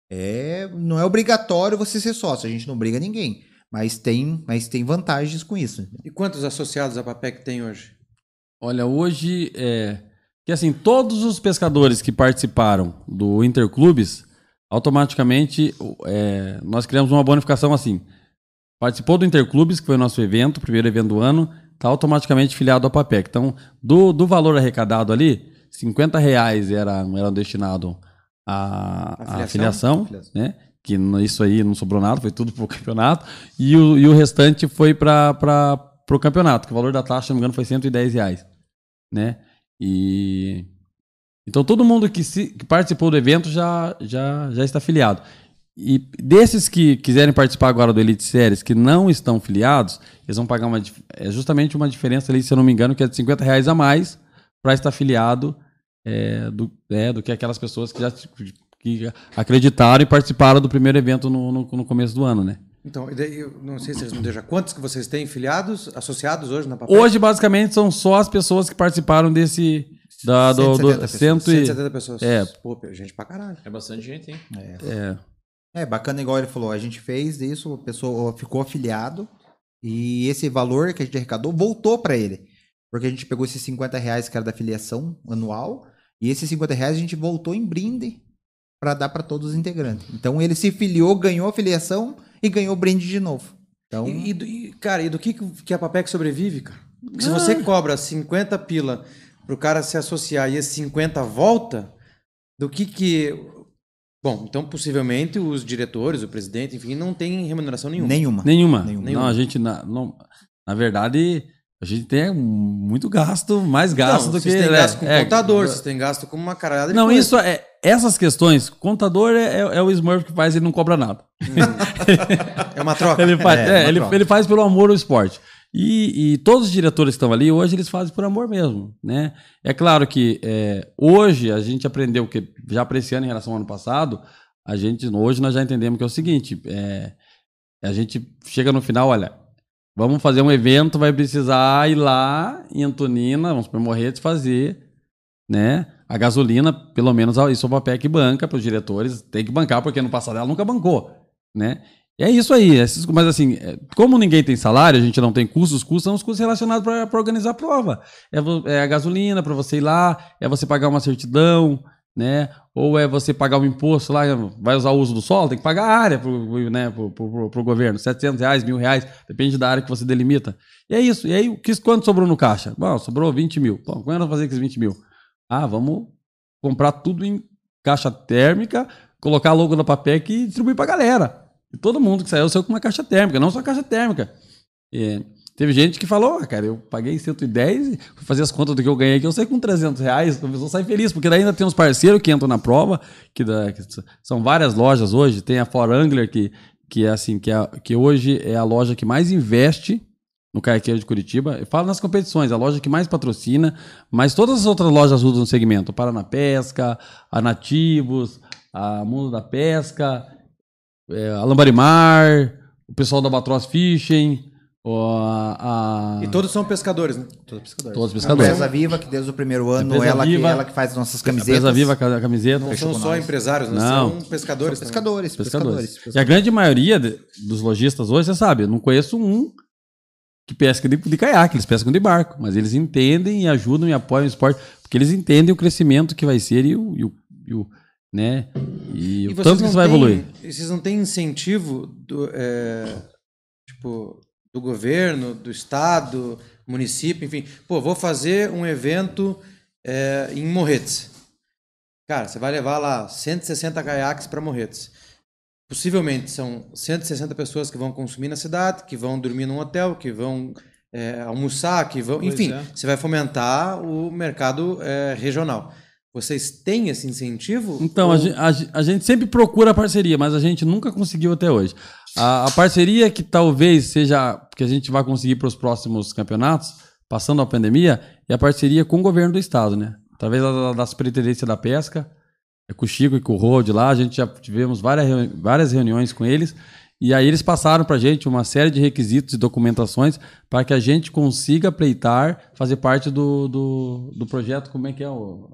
É, não é obrigatório você ser sócio, a gente não obriga ninguém. Mas tem, mas tem vantagens com isso. E quantos associados a Papec tem hoje? Olha, hoje é que assim, todos os pescadores que participaram do Interclubes, automaticamente é, nós criamos uma bonificação assim. Participou do Interclubes, que foi o nosso evento, o primeiro evento do ano, está automaticamente filiado à Papec. Então, do, do valor arrecadado ali, cinquenta reais eram, eram destinados à, à Afiliação? afiliação, né? Que n- isso aí não sobrou nada, foi tudo para o campeonato. E o, e o restante foi para o campeonato, que o valor da taxa, se não me engano, foi cento e dez reais. Né? E... Então, todo mundo que, se, que participou do evento já, já, já está filiado. E desses que quiserem participar agora do Elite Series, que não estão filiados, eles vão pagar uma, dif- é justamente uma diferença ali, se eu não me engano, que é de cinquenta reais a mais para estar filiado é, do, é, do que aquelas pessoas que já que acreditaram e participaram do primeiro evento no, no, no começo do ano, né? Então, e daí, eu não sei se vocês me deixam. Quantos que vocês têm filiados, associados hoje na Papec? Hoje, basicamente, são só as pessoas que participaram desse... Da, do, do, cento e setenta pessoas. cento e- cento e setenta pessoas. É. Pô, gente pra caralho. É bastante gente, hein? é, É, bacana, igual ele falou, a gente fez isso, a pessoa ficou afiliado e esse valor que a gente arrecadou voltou para ele. Porque a gente pegou esses cinquenta reais que era da filiação anual e esses cinquenta reais a gente voltou em brinde para dar para todos os integrantes. Então ele se filiou, ganhou a filiação e ganhou o brinde de novo. Então, E, e do- e, cara, e do que, que a Papec sobrevive, cara? Porque se você cobra cinquenta pila pro cara se associar e esse cinquenta volta, do que que... Bom, então possivelmente os diretores, o presidente, enfim, não tem remuneração nenhuma. nenhuma. nenhuma. Nenhuma. Não, a gente... Na, não, na verdade, a gente tem muito gasto, mais gasto Não, do que... vocês têm é, gasto com é, contador, vocês têm gasto com uma caralhada de Não, coisa. isso é... Essas questões, contador é, é, é o Smurf que faz, ele não cobra nada. É uma troca. Ele faz, É, é, uma ele, troca. ele faz pelo amor ao esporte. E, e todos os diretores que estão ali, hoje eles fazem por amor mesmo, né? É claro que é, hoje a gente aprendeu que, já apreciando em relação ao ano passado, a gente, hoje nós já entendemos que é o seguinte, é, a gente chega no final, olha, vamos fazer um evento, vai precisar ir lá em Antonina, vamos para Morretes fazer, né? A gasolina, pelo menos isso é o papel que banca para os diretores, tem que bancar, porque no passado ela nunca bancou, né? E é isso aí, esses, mas assim, como ninguém tem salário, a gente não tem custos, os custos são os custos relacionados para organizar a prova. É, é a gasolina para você ir lá, é você pagar uma certidão, né? Ou é você pagar um imposto lá, vai usar o uso do solo, tem que pagar a área pro, né, pro, pro, pro governo, setecentos reais, mil reais, depende da área que você delimita. E é isso, e aí quanto sobrou no caixa? Bom, sobrou vinte mil. Bom, como é que nós vamos fazer com esses vinte mil? Ah, vamos comprar tudo em caixa térmica, colocar logo na Papec e distribuir pra galera. E todo mundo que saiu saiu com uma caixa térmica, não só caixa térmica. E teve gente que falou, ah, cara, eu paguei cento e dez, fui fazer as contas do que eu ganhei aqui, eu saí com trezentos reais, a pessoa sai feliz, porque daí ainda tem uns parceiros que entram na prova, que, da, que são várias lojas hoje, tem a For Angler, que, que é assim, que, é, que hoje é a loja que mais investe no caiaqueiro de Curitiba. Eu falo nas competições, a loja que mais patrocina, mas todas as outras lojas usam no segmento, o Paraná Pesca, a Nativos, a Mundo da Pesca, é, a Lambarimar, o pessoal da Batross Fishing, a, a... E todos são pescadores, né? Todos pescadores. Todos A pescadores. Empresa Viva, que desde o primeiro ano, Empresa ela, Viva, que, ela que faz nossas camisetas. Empresa Viva, a camiseta. Não Fechou são com só nós. empresários, né? Não. São pescadores. São também. pescadores, Pescadores. pescadores. E a grande maioria de- dos lojistas hoje, você sabe, eu não conheço um que pesca de, de caiaque, eles pescam de barco, mas eles entendem e ajudam e apoiam o esporte, porque eles entendem o crescimento que vai ser e o, e o, e o né, e, E o vocês tanto que não isso vai têm- evoluir. e vocês não têm incentivo do, é, tipo, do governo, do estado, município, enfim. Pô, vou fazer um evento é, em Morretes. Cara, você vai levar lá cento e sessenta caiaques para Morretes. Possivelmente são cento e sessenta pessoas que vão consumir na cidade, que vão dormir num hotel, que vão é, almoçar, que vão... Pois Enfim, é. você vai fomentar o mercado é, regional. Vocês têm esse incentivo? Então, Ou- a, gen- a gen- a gente sempre procura a parceria, mas a gente nunca conseguiu até hoje. A, a parceria que talvez seja, que a gente vai conseguir para os próximos campeonatos, passando a pandemia, é a parceria com o governo do estado, né? Através da, da Superintendência da Pesca, é com o Chico e com o Rod lá, a gente já tivemos várias, reuni- várias reuniões com eles, e aí eles passaram para a gente uma série de requisitos e documentações para que a gente consiga pleitar, fazer parte do, do, do projeto, como é que é o...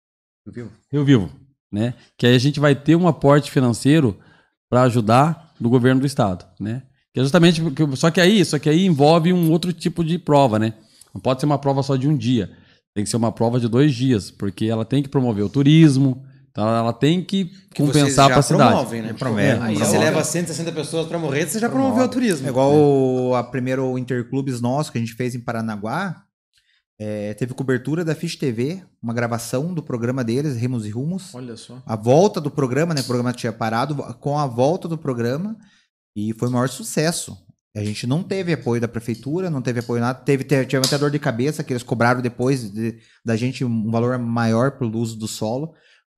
Rio Vivo, né? Que aí a gente vai ter um aporte financeiro para ajudar do governo do estado, né? Que é justamente porque, só que aí, só que aí envolve um outro tipo de prova, né? Não pode ser uma prova só de um dia, tem que ser uma prova de dois dias, porque ela tem que promover o turismo, então ela tem que que vocês compensar já para a cidade. promovem, né? Promove, É, promove. você leva cento e sessenta pessoas para morrer, você já promoveu o turismo. É igual o- a primeiro Interclubes nosso que a gente fez em Paranaguá. é, teve cobertura da Fish T V, uma gravação do programa deles, Rimos e Rumos. Olha só. A volta do programa, né? O programa tinha parado, com a volta do programa, e foi o maior sucesso. A gente não teve apoio da prefeitura, não teve apoio nada. Teve, teve, tive até dor de cabeça, que eles cobraram depois de- da gente um valor maior pelo uso do solo,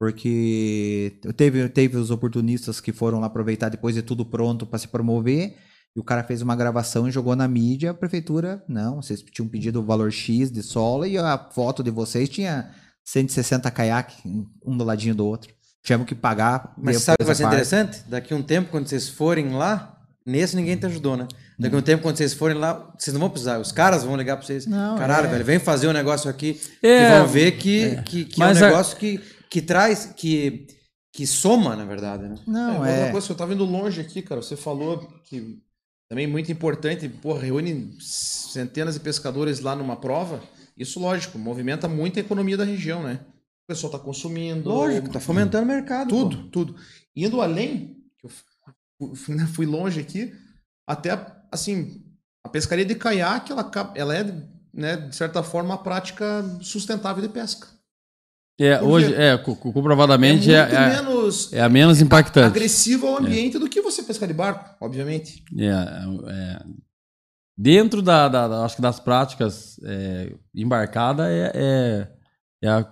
porque teve, teve os oportunistas que foram lá aproveitar depois de tudo pronto para se promover, e o cara fez uma gravação e jogou na mídia, a prefeitura, não, vocês tinham pedido o valor X de solo e a foto de vocês tinha cento e sessenta caiaques, um do ladinho do outro. Tivemos que pagar. Mas depois sabe o que vai a ser parte. interessante? Daqui a um tempo, quando vocês forem lá, nesse ninguém te ajudou, né? Daqui a um tempo, quando vocês forem lá, vocês não vão precisar. Os caras vão ligar para vocês. Não, Caralho, é. velho, vem fazer um negócio aqui. É, e vão ver que, que, que é um Mas a- negócio que, que traz, que, que soma, na verdade, né? Não, é, outra é. coisa que eu tava indo longe aqui, cara. Você falou que também muito importante, pô, reúne centenas de pescadores lá numa prova. Isso, lógico, movimenta muito a economia da região, né? O pessoal tá consumindo. Lógico, tá fomentando o mercado. Tudo, pô. tudo. Indo além, que eu fu- fu- né, fui longe aqui, até, assim, a pescaria de caiaque, ela, ca- ela é, né, de certa forma, a prática sustentável de pesca. É, Por hoje, quê? é, co- co- comprovadamente é é, muito é, menos é a menos impactante. agressivo ao ambiente do que você pescar de barco, obviamente. É, é, dentro da, da- da- acho que das práticas é, embarcada é, é, é a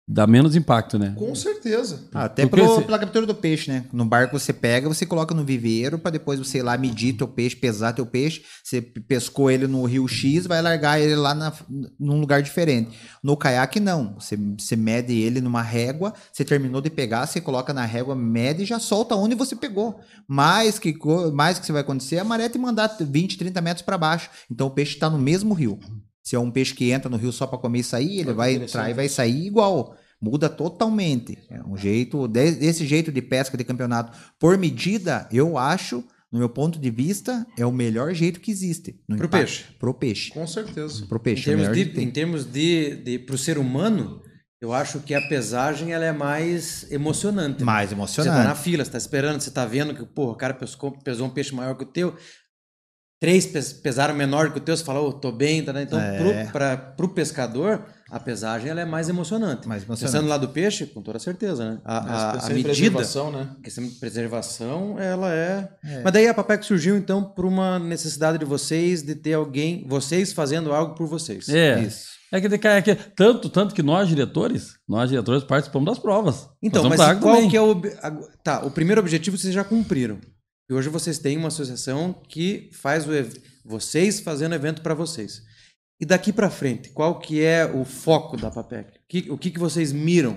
dá menos impacto, né? Com certeza. Ah, até Porque pelo, esse- pela captura do peixe, né? No barco você pega, você coloca no viveiro pra depois você ir lá medir teu peixe, pesar teu peixe. Você pescou ele no rio X, vai largar ele lá na, num lugar diferente. No caiaque, não. Você, você mede ele numa régua, você terminou de pegar, você coloca na régua, mede e já solta onde você pegou. Mais que, co- mais que você vai acontecer, é a maré te mandar vinte, trinta metros pra baixo. Então o peixe tá no mesmo rio. Se é um peixe que entra no rio só para comer e sair, ele vai entrar e vai sair igual. Muda totalmente. É um jeito, de- desse jeito de pesca de campeonato por medida, eu acho, no meu ponto de vista, é o melhor jeito que existe. No Pro impacto. peixe. Pro peixe. Com certeza. Pro Em peixe. é o termos melhor de, jeito que em tem. termos de, de para o ser humano, eu acho que a pesagem ela é mais emocionante. né? Mais Você tá na emocionante. fila, você tá esperando, você tá vendo que porra, o cara pescou, pesou um peixe maior que o teu. Três pes- pesaram menor que o teu, você fala, ô, tô bem, tá, né? Então, É. pro, pra, pro pescador, a pesagem ela é mais emocionante. Mais emocionante. Pensando lá do peixe, com toda certeza, né? A, a, a Pensando em medida, preservação, né? a questão de preservação, ela é... Mas daí a Papec surgiu, então, por uma necessidade de vocês, de ter alguém, vocês fazendo algo por vocês. É. Isso. É que, é que tanto, tanto que nós diretores, nós diretores participamos das provas. Então, Nós mas vamos pra qual água também. que é o... ob- a- Tá, o primeiro objetivo vocês já cumpriram. E hoje vocês têm uma associação que faz o... ev- Vocês fazendo evento para vocês. E daqui para frente, qual que é o foco da Papec? O que, o que, que vocês miram?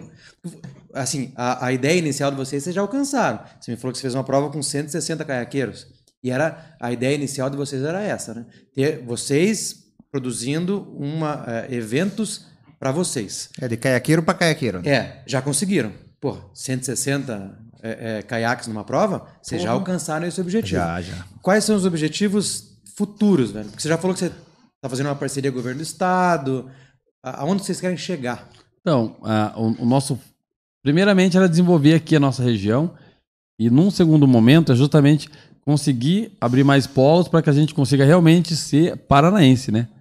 Assim, a, a ideia inicial de vocês vocês já alcançaram. Você me falou que você fez uma prova com cento e sessenta caiaqueiros. E era, a ideia inicial de vocês era essa, né? Ter vocês produzindo uma, eh, eventos para vocês. É de caiaqueiro para caiaqueiro. É, já conseguiram. Pô, cento e sessenta é, é, caiaques numa prova, vocês já alcançaram esse objetivo. Já, já. Quais são os objetivos futuros, velho? Porque você já falou que você está fazendo uma parceria com o governo do estado. A- Aonde vocês querem chegar? Então, a- o, o nosso. Primeiramente era desenvolver aqui a nossa região. E num segundo momento é justamente conseguir abrir mais polos para que a gente consiga realmente ser paranaense, né?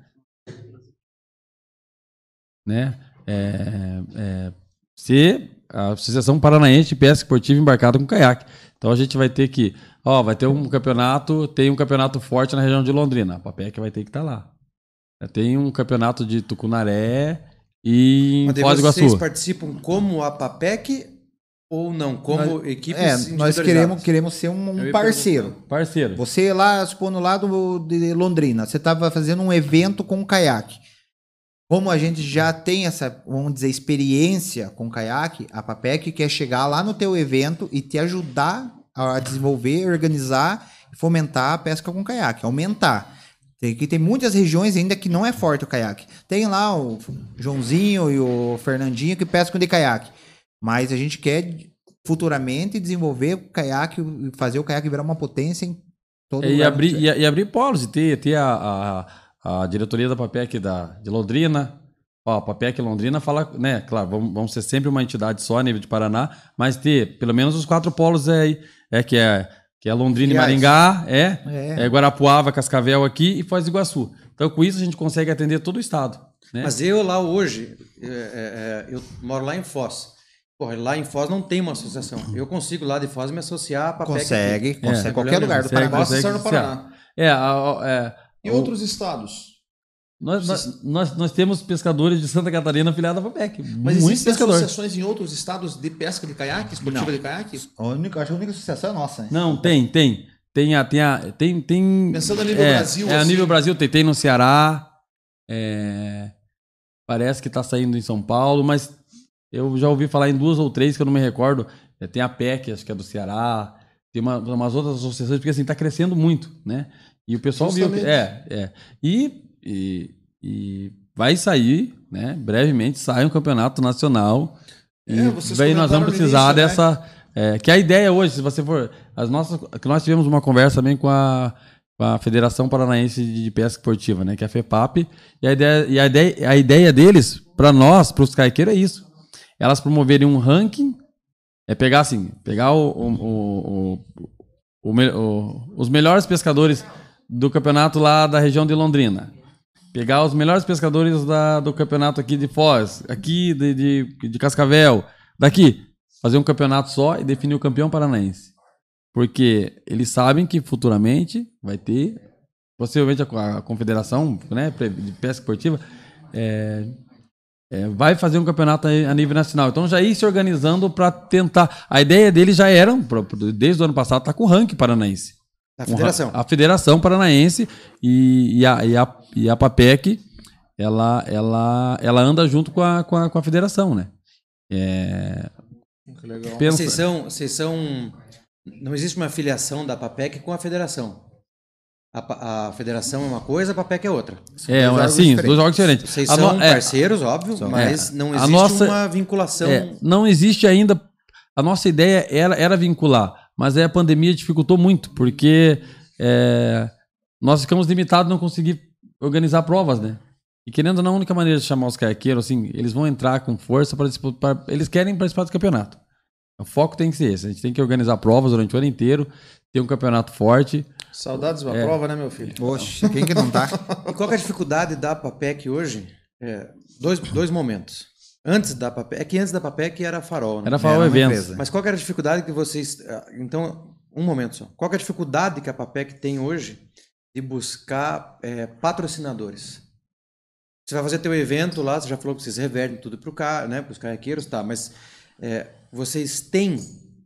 Né? É, é, ser a Associação Paranaense de Pesca Esportiva Embarcada com Caiaque. Então a gente vai ter que, ó, vai ter um campeonato, tem um campeonato forte na região de Londrina, a Papec vai ter que estar lá. Tem um campeonato de Tucunaré e em Mas daí Foz do vocês Iguaçu. participam como a Papec ou não? Como equipes É, nós individualizadas? queremos, queremos ser um, um ia parceiro. Parceiro. Você lá, supondo lá do, de Londrina, você estava fazendo um evento com caiaque. Como a gente já tem essa, vamos dizer, experiência com caiaque, a Papec quer chegar lá no teu evento e te ajudar a desenvolver, organizar e fomentar a pesca com caiaque, aumentar. Tem, que tem muitas regiões ainda que não é forte o caiaque. Tem lá o Joãozinho e o Fernandinho que pescam de caiaque. Mas a gente quer futuramente desenvolver o caiaque e fazer o caiaque virar uma potência em todo E lugar. abrir, e, e abrir polos, e ter, ter a, a, a diretoria da Papec da, de Londrina. Ó, a Papec Londrina fala, né? Claro, vamos, vamos ser sempre uma entidade só a nível de Paraná, mas ter pelo menos os quatro polos aí, é, que é, que é Londrina Filiais. e Maringá, é, É. é Guarapuava, Cascavel aqui e Foz do Iguaçu. Então, com isso, a gente consegue atender todo o estado. Né? Mas eu lá hoje, é, é, é, eu moro lá em Foz. Porra, lá em Foz não tem uma associação. Eu consigo lá de Foz me associar à Papec. aqui. Consegue, consegue. É. Qualquer lugar do Consegue, Paraná. Nossa, consegue só no se- Paraná. É, a- a- é, E o- outros estados? nós, nós, nós, nós temos pescadores de Santa Catarina afiliados à Papec. Mas Muito existem pescador. associações em outros estados de pesca de caiaque, esportiva Não. de caiaque? A única, acho que a única associação é nossa, né? Não, tem, tem. Tem a. Tem, a, tem, tem Pensando a nível é, Brasil, É, a assim. nível Brasil tem, tem no Ceará. é, parece que está saindo em São Paulo, mas eu já ouvi falar em duas ou três que eu não me recordo. É, tem a P E C, acho que é do Ceará. Tem uma, umas outras associações, porque assim, está crescendo muito, né? E o pessoal viu. que- Justamente. É, é. E, e, e vai sair, né? Brevemente sai um campeonato nacional. É, E vocês daí nós comentaram vamos no precisar início, né? dessa. É, que a ideia hoje, se você for. As nossas, que nós tivemos uma conversa também com a, com a Federação Paranaense de Pesca Esportiva, né? Que é a FEPAP. E a ideia, e a ideia, a ideia deles, para nós, para os caiqueiros, é isso. Elas promoverem um ranking. É pegar assim, pegar o, o, o, o, o, me- o- os melhores pescadores do campeonato lá da região de Londrina. Pegar os melhores pescadores da, do campeonato aqui de Foz, aqui de, de, de Cascavel, daqui. Fazer um campeonato só e definir o campeão paranaense. Porque eles sabem que futuramente vai ter, possivelmente a, a confederação, né, de pesca esportiva, é, é, vai fazer um campeonato a nível nacional. Então já ir se organizando para tentar. A ideia deles já era, desde o ano passado, tá com o ranking paranaense. A federação. A Federação Paranaense e, e, a, e, a, e a PAPEC, ela, ela, ela anda junto com a, com a, com a federação, né? É, Que legal. pensa- Vocês são, vocês são. Não existe uma filiação da PAPEC com a federação. A, pa- a federação é uma coisa, a PAPEC é outra. é, dois jogos assim, diferentes. dois jogos diferentes. Vocês A são no- é, parceiros, óbvio, mas É. não A existe nossa- uma vinculação. É, não existe ainda. A nossa ideia era, era vincular, mas aí a pandemia dificultou muito, porque é, nós ficamos limitados a não conseguir organizar provas, né? E querendo ou não, a única maneira de chamar os caiaqueiros, assim, eles vão entrar com força para disputar. Eles querem participar do campeonato. O foco tem que ser esse. A gente tem que organizar provas durante o ano inteiro, ter um campeonato forte. Saudades da É. prova, né, meu filho? Oxe, quem que não tá? E qual que é a dificuldade da PAPEC hoje? É, dois, dois momentos. Antes da PAPEC, é que antes da PAPEC era farol, né? Era falar o uma evento. empresa. Mas qual que era a dificuldade que vocês. ah, Então, um momento só. Qual que é a dificuldade que a PAPEC tem hoje de buscar é, patrocinadores? Você vai fazer teu evento lá, você já falou que vocês revertem tudo para ca, né, os caiaqueiros, tá? Mas é, vocês têm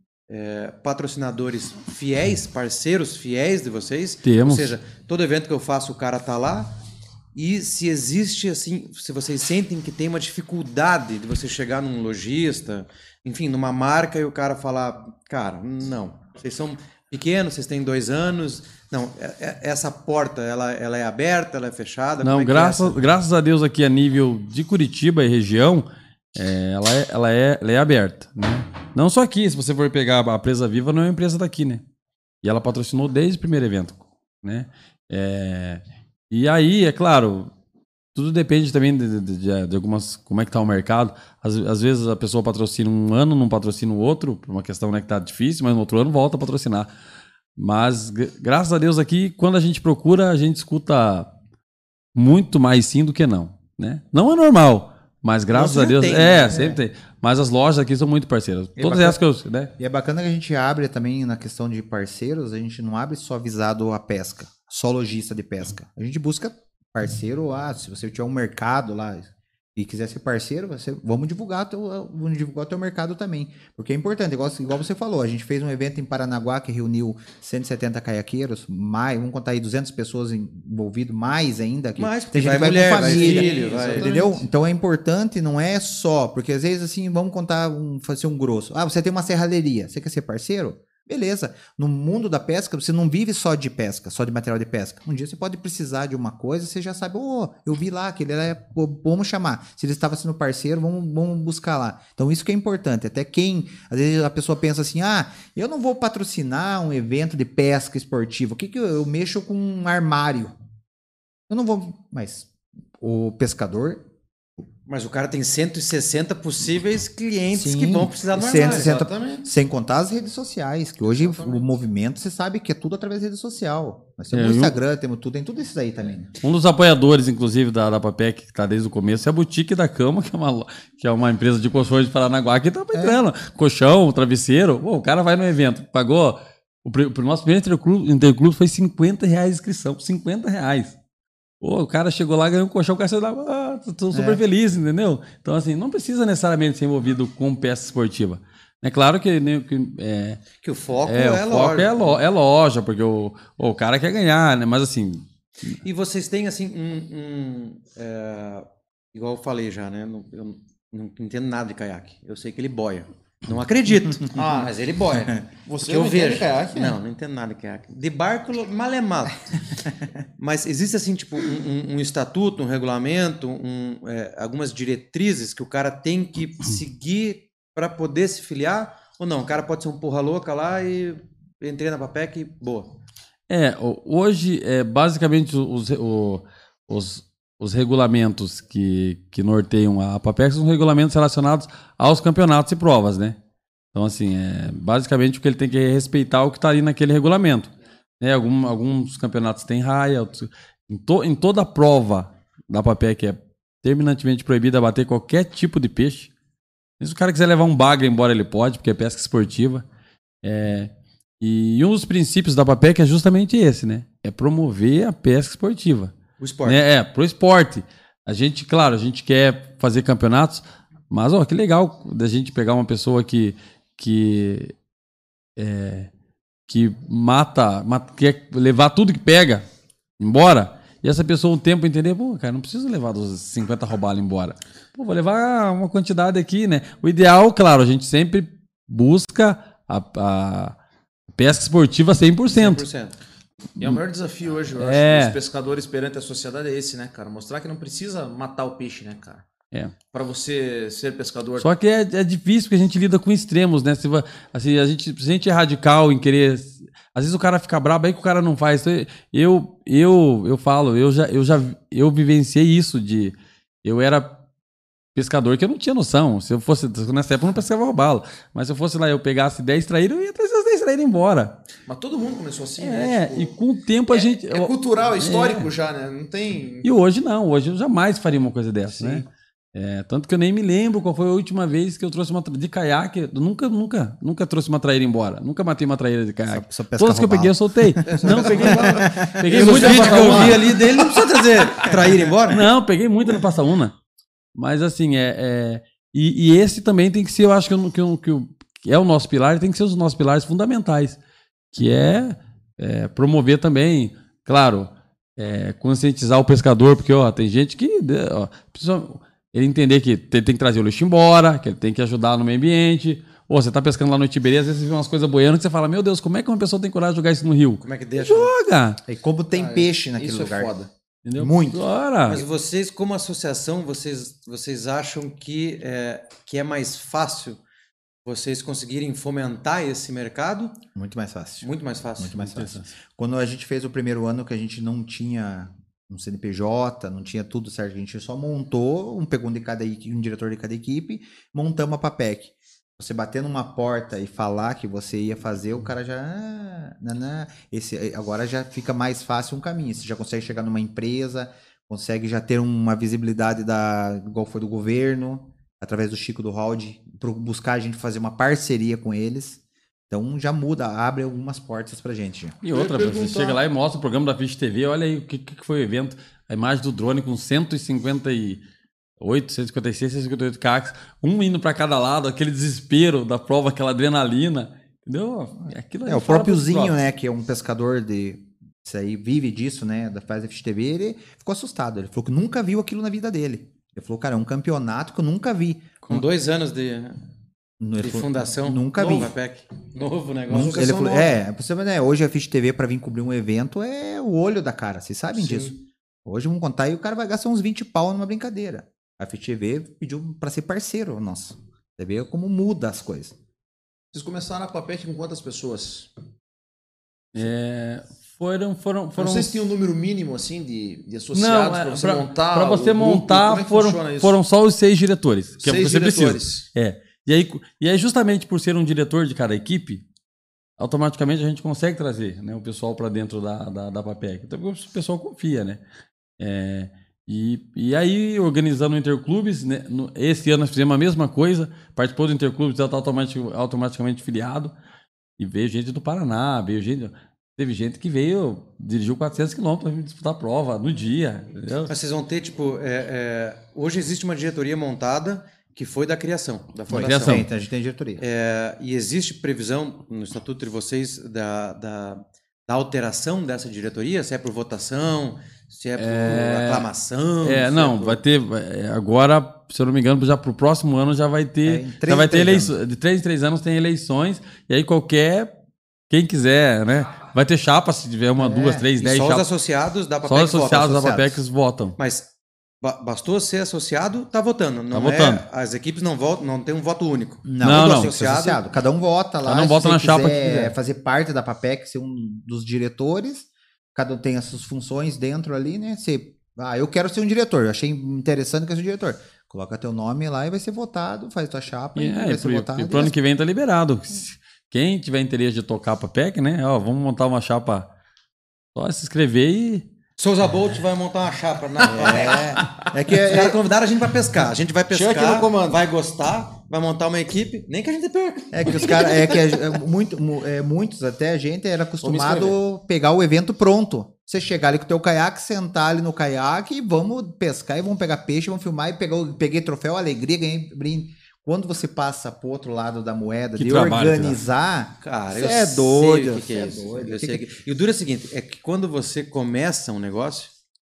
é, patrocinadores fiéis, parceiros fiéis de vocês? Temos. Ou seja, todo evento que eu faço, o cara tá lá. E se existe, assim, se vocês sentem que tem uma dificuldade de você chegar num lojista, enfim, numa marca e o cara falar, cara, não, vocês são pequenos, vocês têm dois anos, não, é- é- essa porta, ela, ela é aberta, ela é fechada? Como Não, é que é graças, essa? graças a Deus aqui a nível de Curitiba e região, é, ela, é, ela, é, ela é aberta, né? Não só aqui, se você for pegar a Presa Viva, não é uma empresa daqui, né? E ela patrocinou desde o primeiro evento, né? É, e aí, é claro, tudo depende também de, de, de- de algumas, como é que tá o mercado. Às, às vezes a pessoa patrocina um ano, não patrocina o outro, por uma questão, né, que tá difícil, mas no outro ano volta a patrocinar. Mas, gra- graças a Deus aqui, quando a gente procura, a gente escuta muito mais sim do que não, né? Não é normal, mas graças Não, a Deus... sempre tem, é, né? sempre tem. Mas as lojas aqui são muito parceiras. E é Todas bacana- essas que eu... Né? E é bacana que a gente abre também na questão de parceiros, a gente não abre só visado à pesca, só lojista de pesca. A gente busca parceiro lá, se você tiver um mercado lá e quiser ser parceiro, você, vamos divulgar teu, vamos divulgar o teu mercado também. Porque é importante, igual, igual você falou, a gente fez um evento em Paranaguá que reuniu cento e setenta caiaqueiros, mais, vamos contar aí duzentas pessoas envolvidas, mais ainda. Que Mais, tem gente vai que vai mulher, com vai família, filho, vai- entendeu? Então é importante, não é só, porque às vezes assim, vamos contar, um, fazer um grosso. Ah, você tem uma serralheria, você quer ser parceiro? Beleza. No mundo da pesca, você não vive só de pesca, só de material de pesca. Um dia você pode precisar de uma coisa, você já sabe, ô, eu vi lá que ele era, pô, vamos chamar. Se ele estava sendo parceiro, vamos, vamos buscar lá. Então isso que é importante. Até quem, às vezes a pessoa pensa assim, ah, eu não vou patrocinar um evento de pesca esportiva. O que que eu, eu mexo com um armário? Eu não vou, mas o pescador... Mas o cara tem cento e sessenta possíveis clientes Sim, que vão precisar do cento e armário. sessenta exatamente. Sem contar as redes sociais, que hoje Exatamente. o movimento, você sabe que é tudo através da rede social. Nós temos É, o eu- Instagram, temos tudo, tem tudo isso aí também. né? Um dos apoiadores, inclusive, da, da PAPEC, que está desde o começo, é a Boutique da Cama, que é uma, lo- que é uma empresa de colchões de Paranaguá, que está entrando. Colchão, travesseiro. Pô, o cara vai no evento, pagou. O, pri- o nosso primeiro interclube, interclube foi cinquenta reais a inscrição. cinquenta reais. Pô, o cara chegou lá, ganhou um colchão, o cara saiu lá, ah, tô super feliz, entendeu? Então, assim, não precisa necessariamente ser envolvido com peça esportiva. É claro que, né, que é, Que o foco é, é, o foco lógico. é, lo- é loja, porque o, o cara quer ganhar, né? Mas assim, E vocês têm, assim, um... um, é, igual eu falei já, né? Não- Eu não entendo nada de caiaque. Eu sei que ele boia. Não acredito, Ah. mas ele boia. Você Que não eu entende vejo. caiaque? Não, não entendo nada de caiaque. De barco, mal é mal. Mas existe, assim, tipo, um, um- um estatuto, um regulamento, um, é, algumas diretrizes que o cara tem que seguir para poder se filiar? Ou não? O cara pode ser um porra louca lá e entrei na PAPEC e boa. é, o- hoje, é, basicamente, os, o- os, os regulamentos que, que norteiam a PAPEC são regulamentos relacionados aos campeonatos e provas, né? Então, assim, é, basicamente o que ele tem que respeitar é o que está ali naquele regulamento. Né? Algum, alguns campeonatos têm raia, outros, em, to, em toda a prova da PAPEC é terminantemente proibida bater qualquer tipo de peixe. Se o cara quiser levar um bagre embora, ele pode, porque é pesca esportiva. É, e um dos princípios da PAPEC é justamente esse, né? É promover a pesca esportiva. O esporte. Né? É, pro esporte. A gente, claro, a gente quer fazer campeonatos, mas ó, que legal da gente pegar uma pessoa que que é, que mata, mata, quer levar tudo que pega embora, e essa pessoa um tempo entender, pô, cara, não preciso levar dos cinquenta robalos embora. Pô, vou levar uma quantidade aqui, né? O ideal, claro, a gente sempre busca a, a pesca esportiva cem por cento. cem por cento. E é o maior desafio hoje, eu É. acho, dos pescadores perante a sociedade é esse, né, cara? Mostrar que não precisa matar o peixe, né, cara? É. Pra você ser pescador. Só que é, é difícil porque a gente lida com extremos, né? Se, va- assim, a, gente, se a gente é radical em querer. Às vezes o cara fica brabo aí que o cara não faz. Então, eu, eu, eu falo, eu já, eu já eu vivenciei isso de. Eu era pescador que eu não tinha noção. Se eu fosse. Nessa época eu não pescava robalo. Mas se eu fosse lá e eu pegasse dez traíras, eu ia trazer as dez traíras embora. Mas todo mundo começou assim, É, né? Tipo, e com o tempo a gente. é cultural, é histórico É. já, né? Não tem... E hoje não, hoje eu jamais faria uma coisa dessa, Sim. né? É, tanto que eu nem me lembro qual foi a última vez que eu trouxe uma tra- de caiaque. Eu nunca, nunca, nunca trouxe uma traíra embora. Nunca matei uma traíra de caiaque. Só- só pesca Todas que eu robalo. peguei eu soltei. Não, peguei, peguei Os muita vídeos que eu passaúna. vi ali dele, não precisa trazer traíra embora? Não, peguei muita no passaúna. Mas assim, é, é e, e esse também tem que ser, eu acho que, o- que, o- que, o- que é o nosso pilar, tem que ser os nossos pilares fundamentais, que é, é, promover também, claro, é, conscientizar o pescador, porque ó, tem gente que ó, precisa ele entender que tem, tem que trazer o lixo embora, que ele tem que ajudar no meio ambiente. Ou você tá pescando lá no Itiberê, às vezes você vê umas coisas boiando que você fala, meu Deus, como é que uma pessoa tem coragem de jogar isso no rio? Como é que deixa? Joga! E como tem Cara, peixe naquele isso lugar. é foda. Entendeu? Muito. Bora! Mas vocês, como associação, vocês, vocês acham que é, que é mais fácil vocês conseguirem fomentar esse mercado? Muito mais fácil. Muito mais fácil. Muito mais fácil. Quando a gente fez o primeiro ano que a gente não tinha um C N P J, não tinha tudo certo, a gente só montou, um pegou um de cada equipe, um diretor de cada equipe, montamos a PAPEC. Você bater numa porta e falar que você ia fazer, o cara já. Ah, nanã. Esse, agora já fica mais fácil um caminho. Você já consegue chegar numa empresa, consegue já ter uma visibilidade da, igual foi do governo, através do Chico do Halde, buscar a gente fazer uma parceria com eles. Então já muda, abre algumas portas pra gente. E outra, Eu ia você perguntar- chega lá e mostra o programa da Fish T V, olha aí o que, que foi o evento, a imagem do drone com cento e cinquenta e oito, cento e cinquenta e seis, cento e cinquenta e oito cacos, um indo para cada lado, aquele desespero da prova, aquela adrenalina, entendeu? Aquilo aí É, o fala próprio pros Zinho, próprios. né, que é um pescador de... Isso aí, vive disso, né, da faz da Fish T V, ele ficou assustado. Ele falou que nunca viu aquilo na vida dele. Ele falou, cara, é um campeonato que eu nunca vi. Com dois anos de, No- de fundação. Nunca novo, vi. A P E C. Novo negócio. Nunca, ele falou, é, você, né, hoje a Fish T V para vir cobrir um evento é o olho da cara, vocês sabem Sim. disso. Hoje vamos contar e o cara vai gastar uns vinte pau numa brincadeira. A Fish T V pediu para ser parceiro nosso. Você vê como muda as coisas. Vocês começaram a PAPEC com quantas pessoas? É, foram, foram, foram... Não sei se tem um número mínimo, assim, de, de associados Não, é, pra você pra- montar. pra você o grupo. montar, Como é que funciona foram, isso? foram só os seis diretores, que é o que Seis você precisa. diretores. É. E aí, e aí, justamente por ser um diretor de cada equipe, automaticamente a gente consegue trazer, né, o pessoal para dentro da, da, da PAPEC. Então o pessoal confia, né? É, e, e aí, organizando o Interclubes, né, no- esse ano nós fizemos a mesma coisa, participou do Interclubes, já está automatic, automaticamente filiado, e veio gente do Paraná, veio gente... Teve gente que veio, dirigiu quatrocentos quilômetros para disputar a prova no dia, entendeu? Mas vocês vão ter, tipo, é, é, hoje existe uma diretoria montada que foi da criação, da fundação. criação. Tem, então a gente tem diretoria. É, e existe previsão no estatuto de vocês da, da, da alteração dessa diretoria? Se é por votação, se é por aclamação? É, se não, por- vai ter. é, Agora, se eu não me engano, já para o próximo ano já vai É, ter. em três já vai em ter três eleições. De três em três anos tem eleições, e aí qualquer. Quem quiser, né? Vai ter chapa, se tiver uma, É, duas, três, E dez só os chapas. associados da Só PAPEC os associados da votam. associados. PAPEX votam. Mas ba- bastou ser associado, tá votando. Não Tá é- votando. As equipes não votam, não tem um voto único. Não, Não, não, não. associado. associado. Cada um vota lá. Cada um se vota você na chapa que quiser quiser. fazer parte da PAPEC, ser um dos diretores. Cada um tem as suas funções dentro ali, né? Você, ah, eu quero ser um diretor. Eu achei interessante que eu sou diretor. Coloca teu nome lá e vai ser votado. Faz tua chapa E, e é, vai e ser pro, votado. e pro ano que vem tá liberado. Quem tiver interesse de tocar a PAPEC, né? Ó, vamos montar uma chapa. Só se inscrever e. Souza Bolt vai montar uma chapa na É, é que Os caras é, convidaram a gente para pescar. A gente vai pescar, Chuck no comando. vai gostar, vai montar uma equipe, nem que a gente perca. É que os caras, é que a- muito, mu- é, muitos até a gente era acostumado a pegar o evento pronto. Você chegar ali com o teu caiaque, sentar ali no caiaque e vamos pescar e vamos pegar peixe, vamos filmar e pegar, o- peguei troféu, alegria, ganhei brinde. Quando você passa pro outro lado da moeda, Que de trabalho que dá. organizar, Cara, você eu é sei doido. o que, que é você isso. doido. Eu Que sei que- que- E o duro é o seguinte, é que quando você começa um negócio,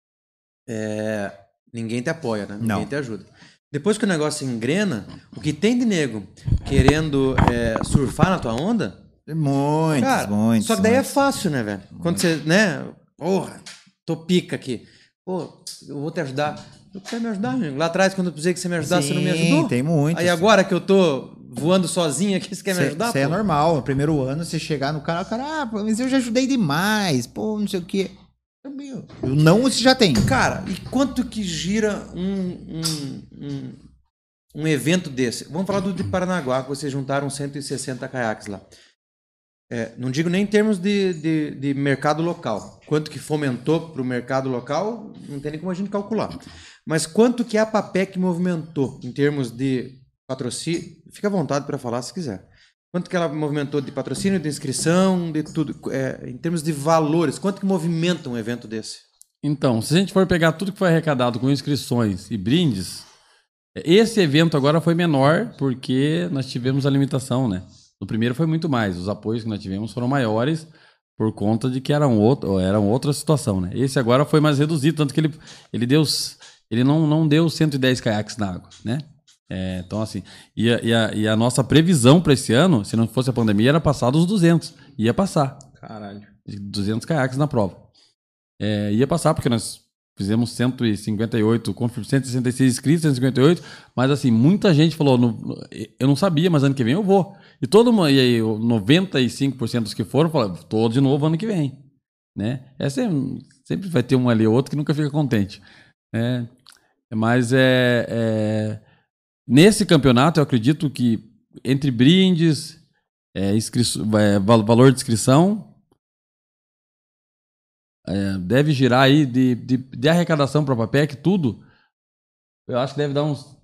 é, ninguém te apoia, né? Ninguém Não. te ajuda. Depois que o negócio engrena, o que tem de nego querendo é, surfar na tua onda, Muitos, cara, muitos. só que daí é muitos. fácil, né, velho? Quando você, né, porra, tô pica aqui. Pô, eu vou te ajudar. Eu quero me ajudar, amigo. Lá atrás, quando eu precisei que você me ajudasse, você não me Sim, ajudou. tem muitos. Aí agora que eu tô voando sozinho aqui, você quer me ajudar? Isso é pô? normal. No primeiro ano, você chegar no cara, o cara, ah, pô, mas eu já ajudei demais, pô, não sei o quê. Meu, o não você já tem. Cara, e quanto que gira um, um, um, um evento desse? Vamos falar do de Paranaguá, que vocês juntaram cento e sessenta caiaques lá. É, não digo nem em termos de, de, de mercado local. Quanto que fomentou para o mercado local, não tem nem como a gente calcular. Mas quanto que a Papec movimentou em termos de patrocínio? Fica à vontade para falar se quiser. Quanto que ela movimentou de patrocínio, de inscrição, de tudo? É, em termos de valores, quanto que movimenta um evento desse? Então, se a gente for pegar tudo que foi arrecadado com inscrições e brindes, esse evento agora foi menor porque nós tivemos a limitação, né? No primeiro foi muito mais. Os apoios que nós tivemos foram maiores por conta de que era um outro, era uma outra situação, né? Esse agora foi mais reduzido, tanto que ele, ele, deu, ele não, não deu cento e dez caiaques na água, né? É, então, assim, e a, e, a, e a nossa previsão para esse ano, se não fosse a pandemia, era passar dos duzentos. Ia passar. Caralho. duzentos caiaques na prova. É, ia passar, porque nós fizemos cento e cinquenta e oito, cento e sessenta e seis inscritos, cento e cinquenta e oito, mas assim, muita gente falou, no, no, eu não sabia, mas ano que vem eu vou. E todo mundo, e aí, noventa e cinco por cento dos que foram, falaram, tô de novo ano que vem. Né? É sempre, sempre vai ter um ali ou outro que nunca fica contente. Né? Mas é, é, nesse campeonato, eu acredito que entre brindes, é, é, valor de inscrição, É, deve girar aí de, de, de arrecadação para a Papec, tudo. Eu acho que deve dar uns.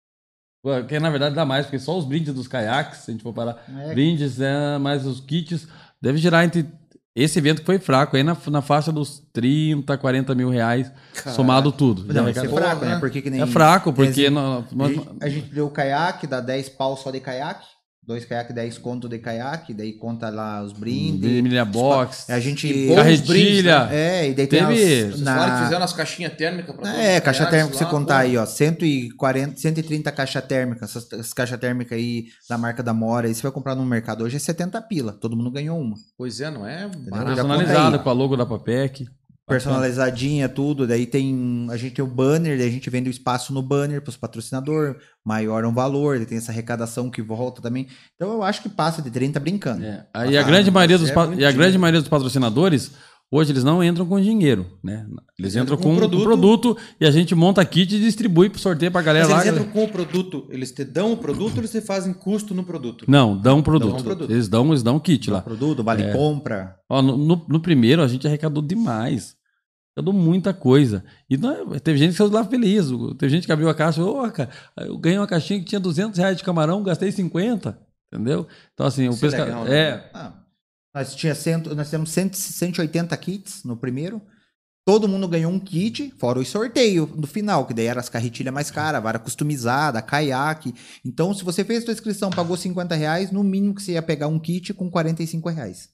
Que na verdade dá mais, porque só os brindes dos caiaques, se a gente for parar. É. Brindes, é, mais os kits, deve girar entre. Esse evento que foi fraco, aí na, na faixa dos trinta, quarenta mil reais, Caraca. somado tudo. Não, Já isso é arrecadou. fraco, né? Porque que nem, É fraco, tem porque esse- nós, a, nós- gente, a gente deu caiaque, dá dez pau só de caiaque. Dois caiaques, dez conto de caiaque, daí conta lá os brindes. Milha box, A gente. E bons carretilha. brindes, É, e daí tem Teve- as, Vocês na... falaram que fizeram as caixinhas térmicas pra todos É, os caixa caiaques térmica, pra você lá, contar pô. aí, ó, cento e quarenta, cento e trinta caixa térmica, essas, essas caixas térmicas aí da marca da Mora, aí você vai comprar no mercado hoje é setenta pila, todo mundo ganhou uma. Pois é, não é? Já personalizada conta aí. com a logo da Papec. Personalizadinha, tudo, daí tem, a gente tem o banner, daí a gente vende o espaço no banner pros patrocinadores, maior é um valor, daí tem essa arrecadação que volta também, então eu acho que passa de trinta brincando. É. Aí a Ah, grande maioria mas dos é pa- muito e a grande dinheiro. maioria dos patrocinadores hoje eles não entram com dinheiro, né? Eles entram com, um produto. produto e a gente monta kit e distribui pro sorteio pra galera Mas lá. eles entram com o produto, eles te dão o produto ou eles te fazem custo no produto? Não, dão um produto. Dão um produto. Eles dão, eles dão um kit Dá lá. produto, vale compra. Ó, no, no- no primeiro a gente arrecadou demais. Arrecadou muita coisa. E não- teve gente que saiu de lá feliz. O- Teve gente que abriu a caixa, ô, cara, eu ganhei uma caixinha que tinha duzentos reais de camarão, gastei cinquenta. Entendeu? Então, assim, o Isso é pescador. legal, né? É, Ah, nós, tinha cento, nós temos cento, cento e oitenta kits no primeiro. Todo mundo ganhou um kit, fora o sorteio no final, que daí era as carretilhas mais caras, vara customizada, caiaque. Então, se você fez a sua inscrição, pagou cinquenta reais, no mínimo que você ia pegar um kit com quarenta e cinco reais.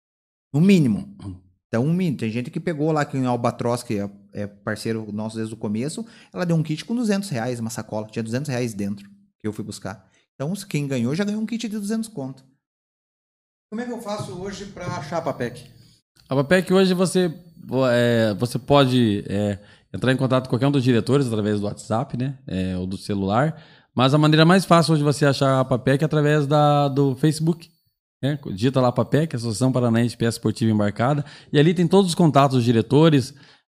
No mínimo. Então, um mínimo. Tem gente que pegou lá, que em Albatroz, que é, é parceiro nosso desde o começo, ela deu um kit com duzentos reais, uma sacola. Tinha duzentos reais dentro, que eu fui buscar. Então, quem ganhou já ganhou um kit de duzentos conto. Como é que eu faço hoje para achar a Papec? a Papec hoje você, é, você pode é, entrar em contato com qualquer um dos diretores através do WhatsApp, né? É, ou do celular. Mas a maneira mais fácil hoje de você achar a Papec é através da, do Facebook. Né? Digita lá a Papec, Associação Paranaense de Pesca Esportiva Embarcada. E ali tem todos os contatos dos diretores.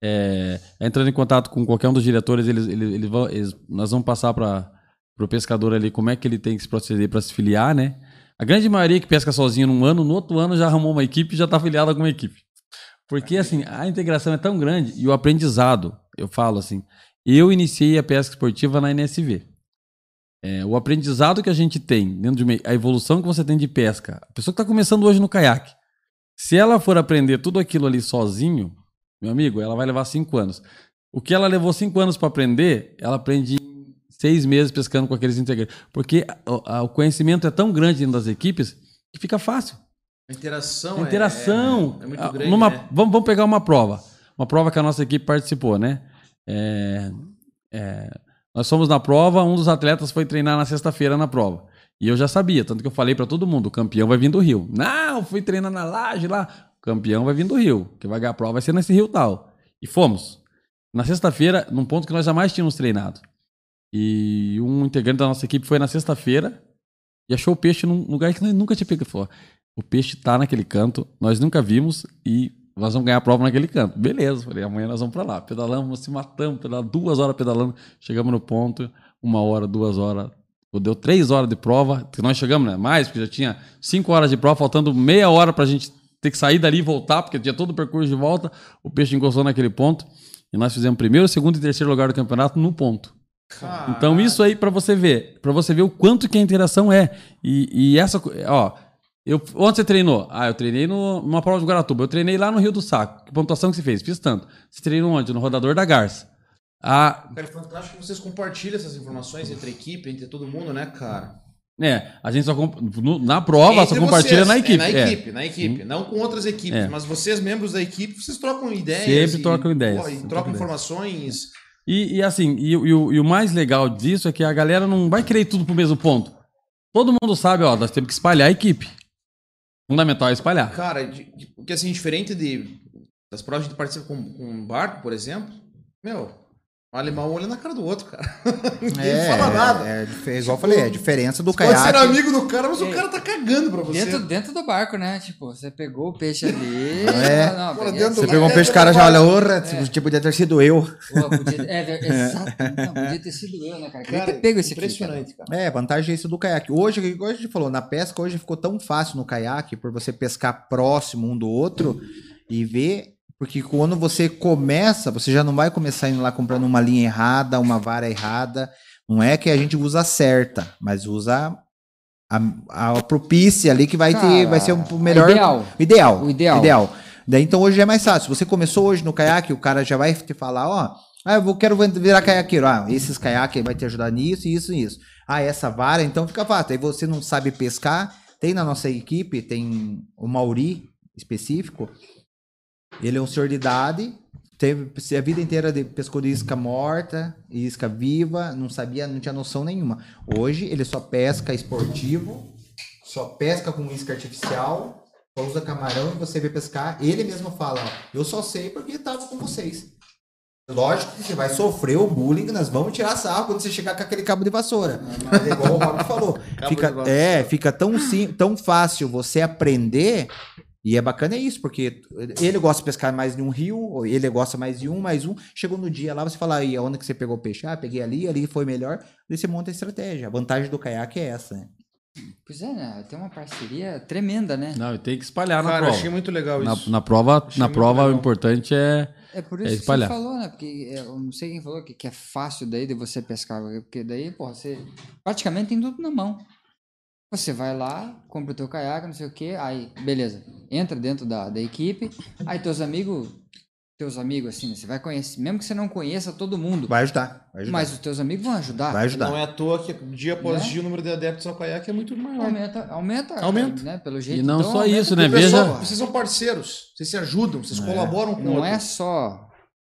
É, entrando em contato com qualquer um dos diretores, eles, eles, eles vão, eles, nós vamos passar para o pescador ali como é que ele tem que se proceder para se filiar, né? A grande maioria que pesca sozinho num ano, no outro ano já arrumou uma equipe e já está afiliada com uma equipe. Porque, assim, a integração é tão grande e o aprendizado, eu falo assim, eu iniciei a pesca esportiva na N S V. É, o aprendizado que a gente tem dentro de uma, a evolução que você tem de pesca. A pessoa que está começando hoje no caiaque, se ela for aprender tudo aquilo ali sozinho, meu amigo, ela vai levar cinco anos. O que ela levou cinco anos para aprender, ela aprende em seis meses pescando com aqueles integrantes. Porque a, a, o conhecimento é tão grande dentro das equipes que fica fácil. A interação, a interação é, é, é muito grande, numa, né? vamos, vamos pegar uma prova. Uma prova que a nossa equipe participou, né? É, é, nós fomos na prova, um dos atletas foi treinar na sexta-feira na prova. E eu já sabia, tanto que eu falei para todo mundo, o campeão vai vir do Rio. Não, fui treinar na laje lá, o campeão vai vir do Rio. Quem vai ganhar a prova vai ser nesse rio tal. E fomos. Na sexta-feira, num ponto que nós jamais tínhamos treinado. E um integrante da nossa equipe foi na sexta-feira e achou o peixe num lugar que nós nunca tinha pegado. Falou, o peixe tá naquele canto, nós nunca vimos e nós vamos ganhar a prova naquele canto. Beleza, falei, amanhã nós vamos para lá. Pedalamos, se matamos, pedalamos, duas horas pedalando, chegamos no ponto, uma hora, duas horas, deu três horas de prova, que nós chegamos, né? Mais, porque já tinha cinco horas de prova, faltando meia hora pra gente ter que sair dali e voltar, porque tinha todo o percurso de volta, o peixe encostou naquele ponto, e nós fizemos primeiro, segundo e terceiro lugar do campeonato no ponto. Caraca. Então isso aí para você ver, para você ver o quanto que a interação é. E, e essa, ó, eu, onde você treinou? Ah, eu treinei no, numa prova de Guaratuba. Eu treinei lá no Rio do Saco. Que pontuação que você fez? Fiz tanto. Você treinou onde? No Rodador da Garça. Ah, cara, é fantástico que vocês compartilham essas informações entre a equipe, entre todo mundo, né, cara? É, a gente só no, na prova entre só compartilha vocês, na equipe. É, na equipe, é. na equipe. Sim. Não com outras equipes, é. mas vocês, membros da equipe, vocês trocam ideias. Sempre e, trocam ideias. Pô, e sempre trocam ideias. informações. E, e assim, e, e, o, e o mais legal disso é que a galera não vai querer ir tudo pro mesmo ponto. Todo mundo sabe, ó, nós temos que espalhar a equipe. Fundamental é espalhar. Cara, porque assim, diferente de, das provas de participa com, com um barco, por exemplo, meu, o alemão olha na cara do outro, cara. Ninguém é, fala nada. É, é, igual eu falei, é a diferença do você caiaque. Pode ser amigo do cara, mas é. o cara tá cagando pra você. Dentro, dentro do barco, né? Tipo, você pegou o peixe ali. É. Não, não, Pô, peguei, dentro Você do pegou um peixe, o cara já olha, orra, é. tipo, podia ter sido eu. Pô, podia, é, exato. Não, podia ter sido eu, né, cara? Queria Cara, ter pego esse impressionante, aqui, cara. cara. É, vantagem é isso do caiaque. Hoje, igual a gente falou, na pesca, hoje ficou tão fácil no caiaque, por você pescar próximo um do outro e ver. Porque quando você começa, você já não vai começar indo lá comprando uma linha errada, uma vara errada. Não é que a gente usa certa, mas usa a, a propícia ali que vai, Cara, ter, vai ser o melhor. Ideal. Ideal. O ideal. Ideal. Daí, então hoje é mais fácil. Você começou hoje no caiaque, o cara já vai te falar, ó, ah, eu vou, quero virar caiaqueiro. Ah, esses caiaques vai te ajudar nisso, isso e isso. Ah, essa vara, então fica fácil. Aí você não sabe pescar. Tem na nossa equipe, tem o Mauri específico. Ele é um senhor de idade, teve a vida inteira de, pescou de isca morta, isca viva, não sabia, não tinha noção nenhuma. Hoje ele só pesca esportivo, só pesca com isca artificial, só usa camarão e você vê pescar. Ele mesmo fala, ó, eu só sei porque estava com vocês. Lógico que você vai sofrer o bullying, nós vamos tirar sarro quando você chegar com aquele cabo de vassoura. Mas é igual o Rob falou, fica, é, fica tão, sim, tão fácil você aprender. E é bacana é isso, porque ele gosta de pescar mais de um rio, ou ele gosta mais de um, mais um. Chegou no dia lá, você fala, aí, onde que você pegou o peixe? Ah, peguei ali, ali foi melhor. Aí você monta a estratégia. A vantagem do caiaque é essa, né? Pois é, né? Tem uma parceria tremenda, né? Não, tem que espalhar na Cara, prova. achei muito legal isso. Na, na prova, achei na prova o legal. importante é, é por é isso espalhar. que você falou, né? Porque eu não sei quem falou que, que é fácil daí de você pescar. Porque daí, porra, você praticamente tem tudo na mão. Você vai lá, compra o teu caiaque, não sei o que, aí, beleza, entra dentro da, da equipe, aí teus amigos, teus amigos, assim, né, você vai conhecer, mesmo que você não conheça todo mundo. Vai ajudar, vai ajudar. Mas os teus amigos vão ajudar. Vai ajudar. Não é à toa que dia após Né? dia o número de adeptos ao caiaque é muito maior. Aumenta, aumenta, Aumenta. né, pelo jeito. E não Então, só aumenta isso, o né? O pessoal, Veja- vocês são parceiros, vocês se ajudam, vocês É. colaboram com o Não outro, é só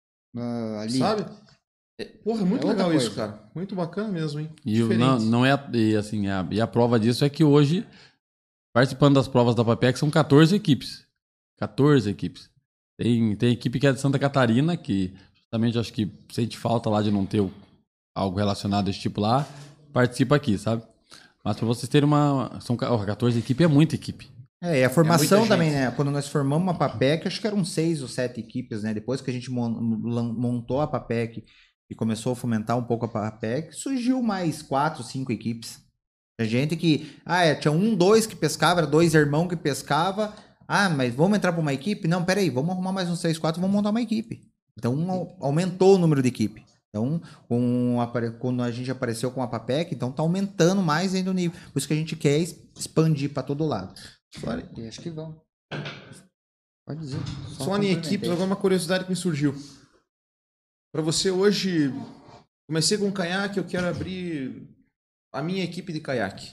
uh, ali. sabe? É, porra, é muito É outra legal isso, coisa. cara. Muito bacana mesmo, hein? E o- Diferente. não, não é e assim, a, e a prova disso é que hoje, participando das provas da Papec, são quatorze equipes. quatorze equipes. Tem, tem equipe que é de Santa Catarina, que justamente acho que sente falta lá de não ter o- algo relacionado a esse tipo lá, participa aqui, sabe? Mas para vocês terem uma. São ca- ó, quatorze equipes, é muita equipe. É, e a formação muita também, gente. né? Quando nós formamos a Papec, acho que eram seis ou sete equipes, né? Depois que a gente mon- lan- montou a Papec e começou a fomentar um pouco a Papec, surgiu mais quatro, cinco equipes. Tinha gente que, ah, é, tinha um, dois que pescava, era dois irmãos que pescava. Ah, mas vamos entrar para uma equipe? Não, peraí, vamos arrumar mais uns três, quatro, vamos montar uma equipe. Então au- aumentou o número de equipe. Então, com, apare- quando a gente apareceu com a Papec, então tá aumentando mais ainda o nível. Por isso que a gente quer es- expandir para todo lado. E acho que vão. Pode dizer. Só Falando em complementei. equipes, agora uma curiosidade que me surgiu. Para você hoje, comecei com caiaque, eu quero abrir a minha equipe de caiaque.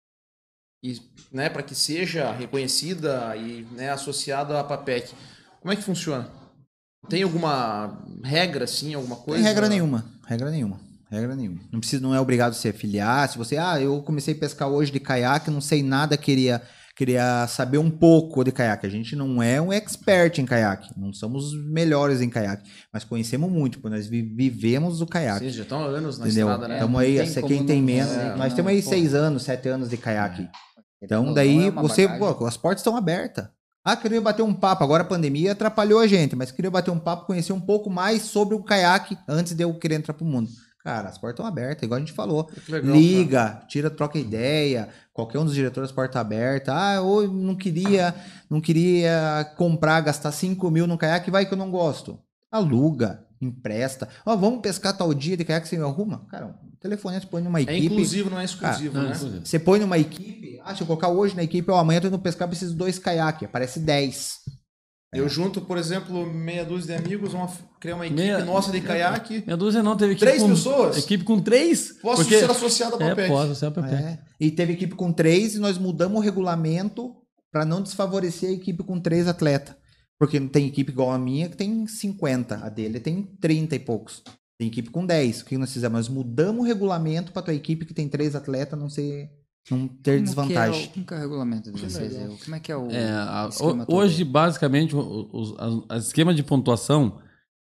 E, né, para que seja reconhecida e, né, associada à Papec. Como é que funciona? Tem alguma regra, assim, alguma Não coisa? tem regra nenhuma. Regra nenhuma. Regra nenhuma. Não precisa, não é obrigado a se afiliar. Se você, ah, eu comecei a pescar hoje de caiaque, não sei nada, queria, queria saber um pouco de caiaque. A gente não é um expert em caiaque. Não somos os melhores em caiaque. Mas conhecemos muito, porque nós vi- vivemos o caiaque. Vocês já estão há anos na Entendeu? estrada, né? Estamos aí, Não tem essa- como quem tem não- menos. é, nós não, temos aí pô. seis anos, sete anos de caiaque. Então, Não, daí não é uma você, bagagem. pô, as portas estão abertas. Ah, queria bater um papo. Agora a pandemia atrapalhou a gente, mas queria bater um papo, conhecer um pouco mais sobre o caiaque antes de eu querer entrar pro mundo. Cara, as portas estão abertas, igual a gente falou. Que legal, Liga, tira, troca ideia. Qualquer um dos diretores, porta aberta. Ah, eu não queria, não queria comprar, gastar cinco mil no caiaque, vai que eu não gosto. Aluga, empresta. Ó, vamos pescar tal dia de caiaque, você me arruma? Cara, o telefone você põe numa É equipe. inclusivo, não é exclusivo, Ah, né? inclusive. Você põe numa equipe, ah, se eu colocar hoje na equipe, ó, amanhã eu tô indo pescar, preciso de dois caiaques, aparece dez. Eu junto, por exemplo, meia dúzia de amigos, vamos criar uma equipe Meia- nossa de caiaque. Meia dúzia não, teve equipe Três com... pessoas? Equipe com três? Posso porque... ser associado à É, Papec. posso ser a Papec. É. E teve equipe com três e nós mudamos o regulamento para não desfavorecer a equipe com três atletas. Porque não tem equipe igual a minha que tem cinquenta, a dele tem trinta e poucos. Tem equipe com dez. O que nós fizemos? Nós mudamos o regulamento para tua equipe que tem três atletas não ser não ter Como desvantagem. Que é o, como que é o regulamento de vocês? aí? Como é que é o É, a- esquema ho- todo hoje, aí? basicamente, o, o, o- a- a esquema de pontuação,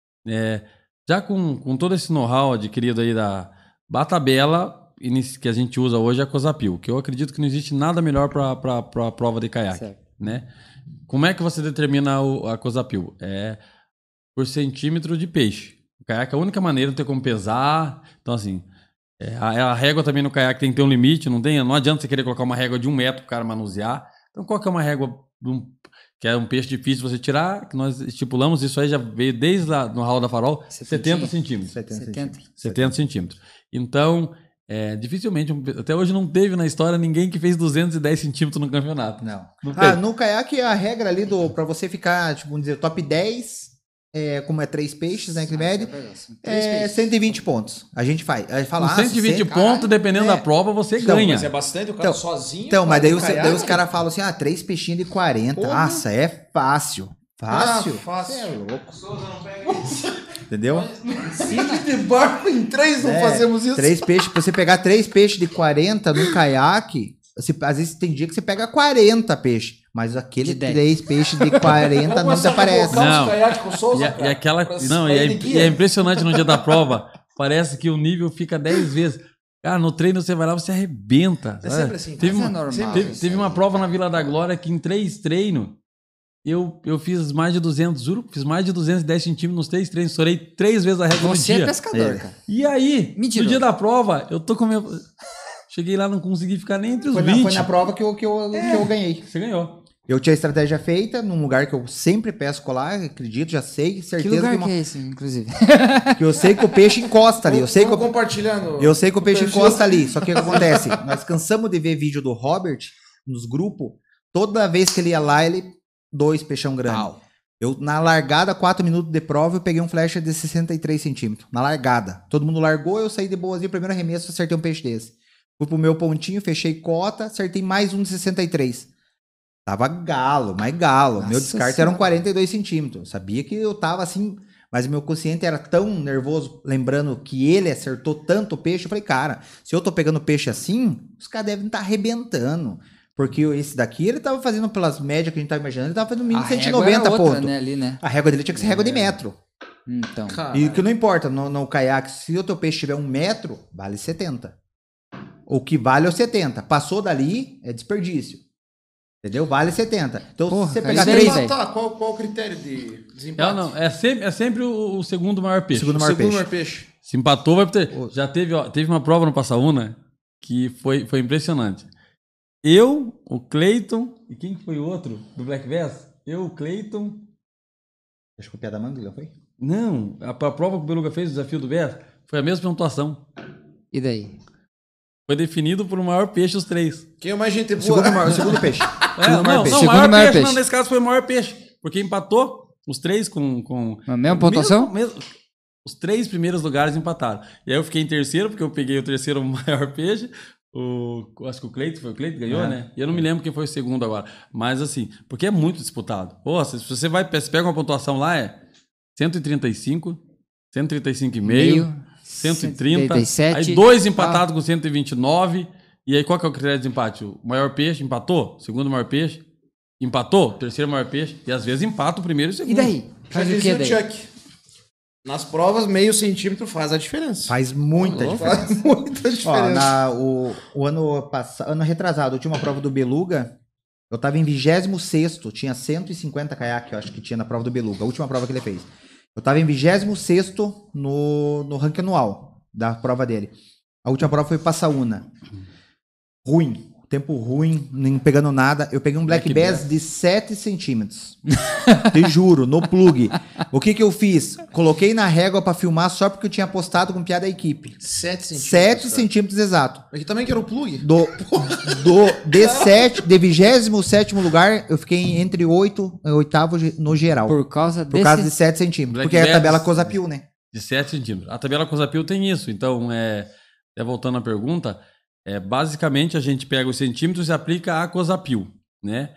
é, já com, com todo esse know-how adquirido aí da, da tabela inici- que a gente usa hoje é a COSAPIL, que eu acredito que não existe nada melhor para a prova de caiaque. Certo. Né? Como é que você determina o, a COSAPIL? É por centímetro de peixe. O caiaque é a única maneira de ter como pesar. Então, assim, é, a, a régua também no caiaque tem que ter um limite. Não, tem, não adianta você querer colocar uma régua de um metro para o cara manusear. Então, qual que é uma régua de um, que é um peixe difícil de você tirar? Que nós estipulamos, isso aí já veio desde lá no Hall da Farol, setenta centímetros. setenta setenta. setenta centímetros. Então, é, dificilmente, até hoje não teve na história ninguém que fez duzentos e dez centímetros no campeonato. Não. Não Ah, teve. no caiaque a regra ali do para você ficar, tipo, vamos dizer, top dez, é, como é três peixes, né, que mede, é cento e vinte pontos. A gente faz. A gente fala, Com ah, cento e vinte cem- pontos, dependendo é. da prova, você Então, ganha. Mas é bastante, o cara Então- sozinho. Então, mas daí, no você, caiaque. daí os caras falam assim, ah, três peixinhos de quarenta. Porra. Nossa, é fácil. Fácil. Ah, fácil. Cê é louco. Entendeu? De barco em três não É, fazemos isso. Três peixes, pra você pegar três peixes de quarenta no caiaque, você- às vezes tem dia que você pega quarenta peixes, mas aquele De dez. três peixes de quarenta não te aparece. Não. Com o Souza, E, a- e cara, aquela. pra- Não, pra e é, ele e guia. é impressionante no dia da prova. Parece que o nível fica dez vezes. Cara, no treino você vai lá, você arrebenta. É sabe? sempre assim. Teve, Mas é uma, normal, sempre- teve, isso teve aí. uma prova na Vila da Glória que em três treinos eu, eu fiz mais de duzentos, juro, fiz mais de duzentos e dez centímetros nos três treinos. Estourei três vezes a régua no Você é dia. pescador, É. cara. E aí, Mentiroso. no dia da prova, eu tô com meu. Cheguei lá, não consegui ficar nem entre os Foi na, vinte. foi na prova que eu, que, eu, que eu ganhei. Você ganhou. Eu tinha a estratégia feita num lugar que eu sempre pesco lá, acredito, já sei, Que certeza lugar que, que, uma- é esse, inclusive? que eu sei que o peixe encosta ali. Eu sei que Vamos o, compartilhando. eu sei que o peixe perfil. encosta ali. Só que o que acontece? Nós cansamos de ver vídeo do Robert nos grupos. Toda vez que ele ia lá, ele dois peixão grande. Eu, na largada, quatro minutos de prova, eu peguei um flecha de sessenta e três centímetros. Na largada. Todo mundo largou, eu saí de boazinha, primeiro arremesso, acertei um peixe desse. Fui pro meu pontinho, fechei cota, acertei mais um de sessenta e três. Tava galo, mais galo. Nossa meu descarte Senhora. eram quarenta e dois centímetros. Eu sabia que eu tava assim, mas meu consciente era tão nervoso, lembrando que ele acertou tanto peixe. Eu falei, cara, se eu tô pegando peixe assim, os caras devem estar arrebentando. Porque esse daqui, ele tava fazendo pelas médias que a gente tava imaginando, ele tava fazendo no mínimo A cento e régua noventa era outra, pontos. né, ali, né? A régua dele tinha que ser régua de metro. Então. Cara, E o que não importa, no, no caiaque, se o teu peixe tiver um metro, vale setenta. O que vale é o setenta. Passou dali, é desperdício. Entendeu? Vale setenta. Então, Porra, se você cara, pegar isso aí, três... velho. tá, qual, qual o critério de desempate? É, não, é sempre, é sempre o, o segundo maior peixe. Segundo O maior segundo peixe. maior peixe. Se empatou, vai ter. Já teve, ó, teve uma prova no Passaúna que foi, foi impressionante. Eu, o Cleiton, e quem que foi o outro do Black Vest? Eu, o Cleiton. Acho que o pé da manga, não foi? Não, a, a prova que o Beluga fez, o desafio do Beto, foi a mesma pontuação. E daí? Foi definido por o maior peixe os três. Quem é mais gente boa? Segundo, maior- segundo peixe. É, Segundo não, maior não, peixe. o Segundo maior, maior peixe, peixe. não, nesse caso foi o maior peixe. Porque empatou os três com... com A mesma pontuação? mesmo- mesmo- os três primeiros lugares empataram. E aí eu fiquei em terceiro, porque eu peguei o terceiro maior peixe. O, acho que o Cleito foi o Cleito que ganhou, É. né? E eu não me lembro quem foi o segundo agora. Mas assim, porque é muito disputado. Pô, se você vai, você pega uma pontuação lá, é cento e trinta e cinco, cento e trinta e cinco e meio, cento e trinta, trinta e sete. aí dois empatados com cento e vinte e nove. E aí qual que é o critério de desempate? O maior peixe empatou, o segundo maior peixe empatou, o terceiro maior peixe, e às vezes empata o primeiro e o segundo. E daí? Já Faz o dizia que o daí? Chuck. Nas provas, meio centímetro faz a diferença. Faz muita diferença. Faz muita Ó, diferença. na, o, o ano passado, ano retrasado, eu tinha uma prova do Beluga. Eu tava em vigésimo sexto, tinha cento e cinquenta caiaque, eu acho que tinha na prova do Beluga, a última prova que ele fez. Eu tava em vigésimo sexto no, no ranking anual da prova dele. A última prova foi Passaúna. Ruim. Tempo ruim, nem pegando nada. Eu peguei um Black, Black Bass de sete centímetros. Te juro, no plug. O que que eu fiz? Coloquei na régua pra filmar só porque eu tinha postado com piada da equipe. sete centímetros. sete cara. centímetros exato. Aqui também que era o plug. Do, do, de, sete, de vigésimo sétimo lugar, eu fiquei entre oito e oitavo ge- no geral. Por, Por causa desse... causa de sete centímetros. Black porque é a Bass. tabela Cosapil, né? De sete centímetros. A tabela Cosapil tem isso. Então, é, até voltando à pergunta, é, basicamente a gente pega os centímetros e aplica a Cosapil, né?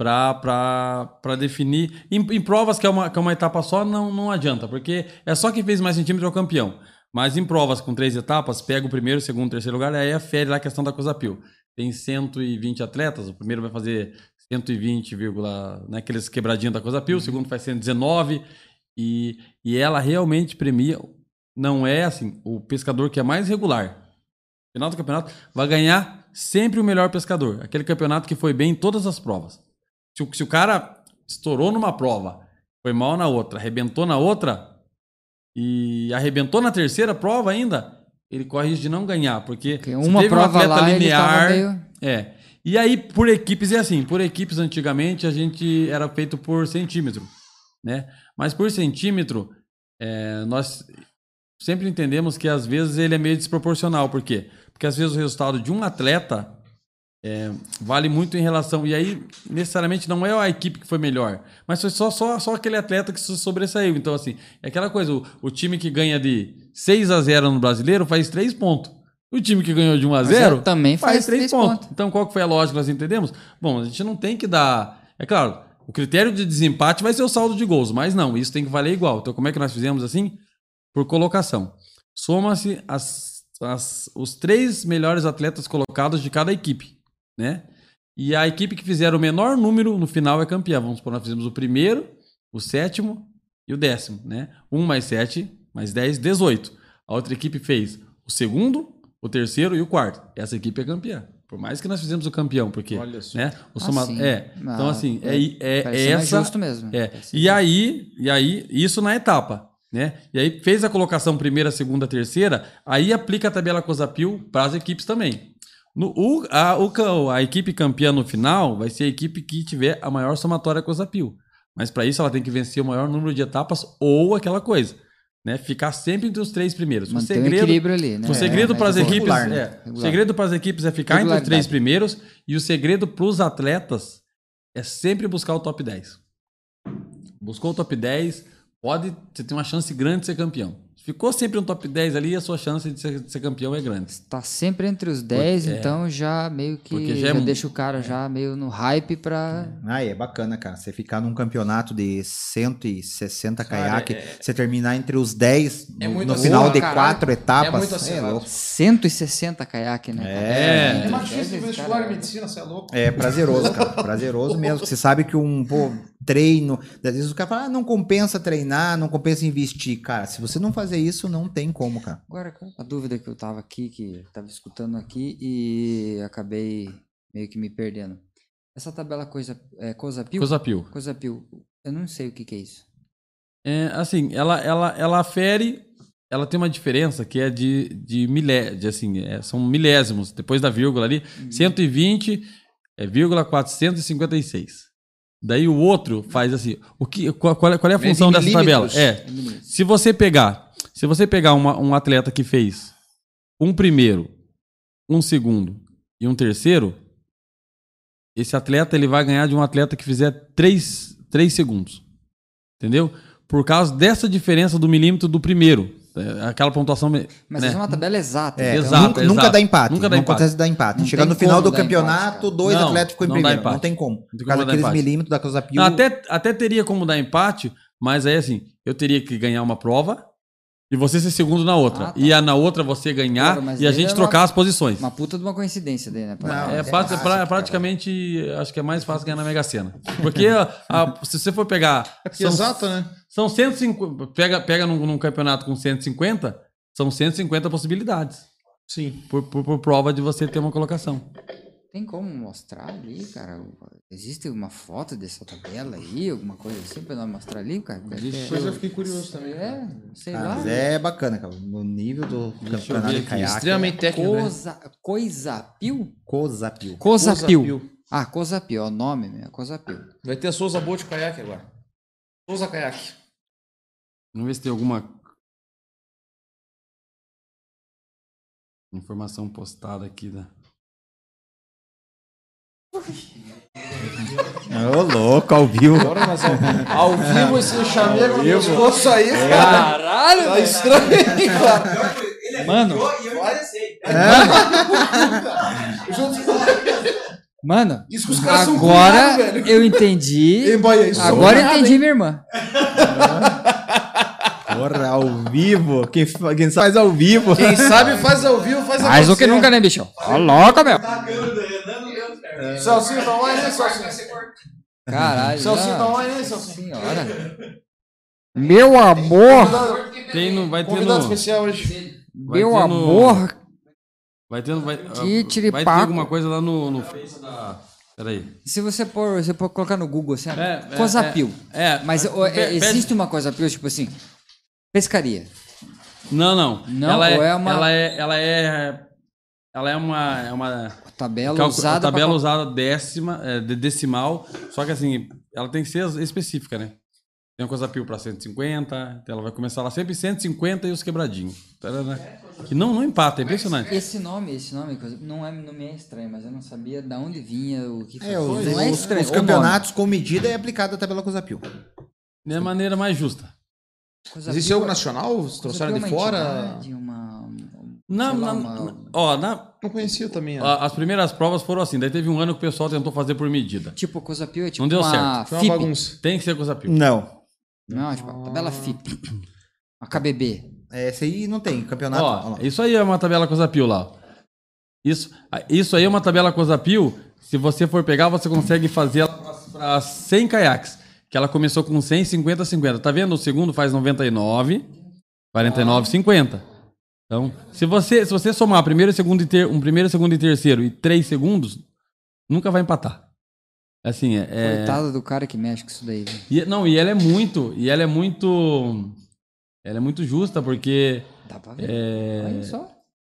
Para definir. Em, em provas que é, uma, que é uma etapa só, não, não adianta, porque é só quem fez mais centímetros é o campeão. Mas em provas com três etapas, pega o primeiro, segundo, terceiro lugar, aí afere lá a questão da Cosapil. Tem cento e vinte atletas, o primeiro vai fazer cento e vinte, né, aqueles quebradinhos da Cosapil, o segundo faz cento e dezenove. E, e ela realmente premia, não é assim, o pescador que é mais regular. No final do campeonato vai ganhar sempre o melhor pescador. Aquele campeonato que foi bem em todas as provas. Se o, se o cara estourou numa prova, foi mal na outra, arrebentou na outra e arrebentou na terceira prova ainda, ele corre risco de não ganhar, porque Porque se uma teve um prova atleta lá, ele linear, tava meio... é. E aí, por equipes, é assim, por equipes antigamente a gente era feito por centímetro, né? Mas por centímetro, é, nós sempre entendemos que às vezes ele é meio desproporcional. Por quê? Porque às vezes o resultado de um atleta é, vale muito em relação... E aí, necessariamente, não é a equipe que foi melhor, mas foi só, só, só aquele atleta que se sobressaiu. Então, assim, é aquela coisa, o, o time que ganha de seis a zero no Brasileiro faz três pontos. O time que ganhou de um a zero também faz três pontos. Então, qual que foi a lógica, nós entendemos? Bom, a gente não tem que dar... É claro, o critério de desempate vai ser o saldo de gols, mas não, isso tem que valer igual. Então, como é que nós fizemos assim? Por colocação. Soma-se as, as, os três melhores atletas colocados de cada equipe, né? E a equipe que fizer o menor número no final é campeã. Vamos supor, nós fizemos o primeiro, o sétimo e o décimo, né? um mais sete, mais dez, dezoito. A outra equipe fez o segundo, o terceiro e o quarto. Essa equipe é campeã. Por mais que nós fizemos o campeão, porque, Olha só. né? O Ah, soma... sim. é. Então Ah, assim, é, é, é, parece é ser mais essa. justo mesmo. É. Parece ser E aí, e aí, isso na etapa, né? E aí fez a colocação primeira, segunda, terceira, aí aplica a tabela Cosapil para as equipes também. No, o, a, o, a equipe campeã no final vai ser a equipe que tiver a maior somatória Cosapil. Mas para isso ela tem que vencer o maior número de etapas ou aquela coisa, né? Ficar sempre entre os três primeiros. Manter o segredo, um equilíbrio ali, né? o segredo É, para as mas equipes, regular, né? é, o Regular. segredo para as equipes é ficar entre os três Regularidade. primeiros e o segredo para os atletas é sempre buscar o top dez. Buscou o top dez, pode, você tem uma chance grande de ser campeão. Ficou sempre no top dez ali, a sua chance de ser, de ser campeão é grande. Tá sempre entre os dez, é. então já meio que Porque já já, é mu- deixa o cara já meio no hype pra... Aí é bacana, cara. Você ficar num campeonato de cento e sessenta Cara, caiaque, é- você terminar entre os dez É no, muito no assim, final de caralho. quatro etapas. É muito é acirrado. louco. cento e sessenta caiaque, né? É. É mais Deve difícil esse vestibular cara- em medicina, você é louco. É prazeroso, cara. Prazeroso mesmo. Você sabe que um pô, treino. Às vezes o cara fala, ah, não compensa treinar, não compensa investir. Cara, se você não fazer isso, não tem como, cara. Agora, a dúvida que eu tava aqui, que eu tava escutando aqui e acabei meio que me perdendo. Essa tabela coisa, é, Cosapil? Cosapil. Cosapil, eu não sei o que que é isso. É, assim, ela, ela, ela afere, ela tem uma diferença que é de, de milé, de assim, é, são milésimos, depois da vírgula ali, cento e vinte, é, vírgula quatrocentos e cinquenta e seis. Daí o outro faz assim. O que, qual, qual é, qual é a Mede função em dessa tabela? milímetros. É, se você pegar, se você pegar uma, um atleta que fez um primeiro, um segundo e um terceiro, esse atleta ele vai ganhar de um atleta que fizer três, três segundos. Entendeu? Por causa dessa diferença do milímetro do primeiro. É, aquela pontuação. Mas né? essa é uma tabela exata. É, então- Exato, nunca, exato. nunca dá empate. Nunca dá não empate. acontece dar empate. Não Chegando tem no final como do dar empate, campeonato, cara. dois Não, atletas ficou em não dá primeiro. empate. Não tem como. tem Por como causa dar daqueles empate. milímetros da Cosa Pio. Não, até, até teria como dar empate, mas aí assim, eu teria que ganhar uma prova e você ser segundo na outra. Ah, tá. E a, na outra você ganhar Claro, mas e a daí gente é trocar uma- as posições. Uma puta de uma coincidência daí, né? Não, É, é pra- fácil, pra- cara. praticamente, acho que é mais fácil ganhar na Mega Sena. Porque a- a- se você for pegar. São, Exato, né? são cento e cinquenta. Pega, pega num, num campeonato com cento e cinquenta, são cento e cinquenta possibilidades. Sim. Por, por, por prova de você ter uma colocação. Tem como mostrar ali, cara? Existe uma foto dessa tabela aí, alguma coisa assim pra nós mostrar ali, cara? Depois eu fiquei curioso também. É, sei Ah, lá. mas é bacana, cara. No nível do campeonato ver de aqui. caiaque. Extremamente técnico, né? Coisa, Coisapil? Cosa Pio. Cosapil. Cosapil. Ah, Cosapil, é o nome mesmo, Cosapil. Vai ter a Souza Boat Caiaque agora. Souza Caiaque. Vamos ver se tem alguma informação postada aqui. Da... Ô, louco, ao vivo. Agora nós vamos. Ao vivo esse chamego no pescoço aí, cara. Caralho, Tá estranho, hein, cara? Mano, mano, Isso que os caras são agora cunhados, velho. eu entendi. Ei, boy, isso Agora eu são entendi minha irmã. Porra, ao vivo. Quem, fa- quem faz ao vivo. Quem sabe faz ao vivo, faz ao Mais do que nunca, né, bicho? Ó, louco, meu. Celcinho, tá online, né, Celcinho? Caralho. Celcinho, já- tá online, né, Celcinho? Senhora. Meu amor, Tem no, vai ter Convidado no, especial hoje. vai meu ter no- amor. Vai ter, vai, Que vai ter tiripaco. alguma coisa lá no, no Face da... Peraí. Se você pôr, você pôr colocar no Google, assim, É, é, Cosapil. É, Mas é, ó, é, pe- pede- existe uma Cosapil, tipo assim, pescaria. Não, não. Não, ela é, ou é uma- ela é, ela é, ela é uma, é uma Tabela calcu- usada pra tabela qual- usada décima, é, de decimal. Só que assim, ela tem que ser específica, né? Tem uma coisa pio para cento e cinquenta, então ela vai começar lá sempre cento e cinquenta e os quebradinhos. Tarana. Que não, não empata, é impressionante. Esse nome, esse nome, coisa- não é, não me é estranho, mas eu não sabia de onde vinha o que É, os, não é os- estranho. os o nome. campeonatos com medida é aplicada a tabela Cosa Pio. É a maneira mais justa. Cosapil Existe algo é- nacional? Vocês trouxeram Cosapil de é uma fora? entidade, uma, um- Na, sei lá, na- uma- ó, na, Não conhecia também. ó. a- as primeiras provas foram assim. Daí teve um ano que o pessoal tentou fazer por medida. Tipo, Cosapil é tipo Não deu uma certo. Foi F I uma P. bagunça. Tem que ser coisa pio. Não. Não, tipo, tabela F I P. A K B B. Essa aí não tem. Campeonato. Ó, ó lá. isso aí é uma tabela Cosa Pio lá. ó. Isso, isso aí é uma tabela Cosa Pio. Se você for pegar, você consegue fazer ela para cem caiaques. Que ela começou com cem, cinquenta, cinquenta. Tá vendo? O segundo faz noventa e nove, quarenta e nove, cinquenta. Então, se você, se você somar primeiro, segundo e ter, um primeiro, segundo e terceiro e três segundos, nunca vai empatar. Assim, é... é- Coitado do cara que mexe com isso daí. velho. E, não, e ela é muito... E ela é muito... Ela é muito justa, porque... Dá pra ver. É, Olha só.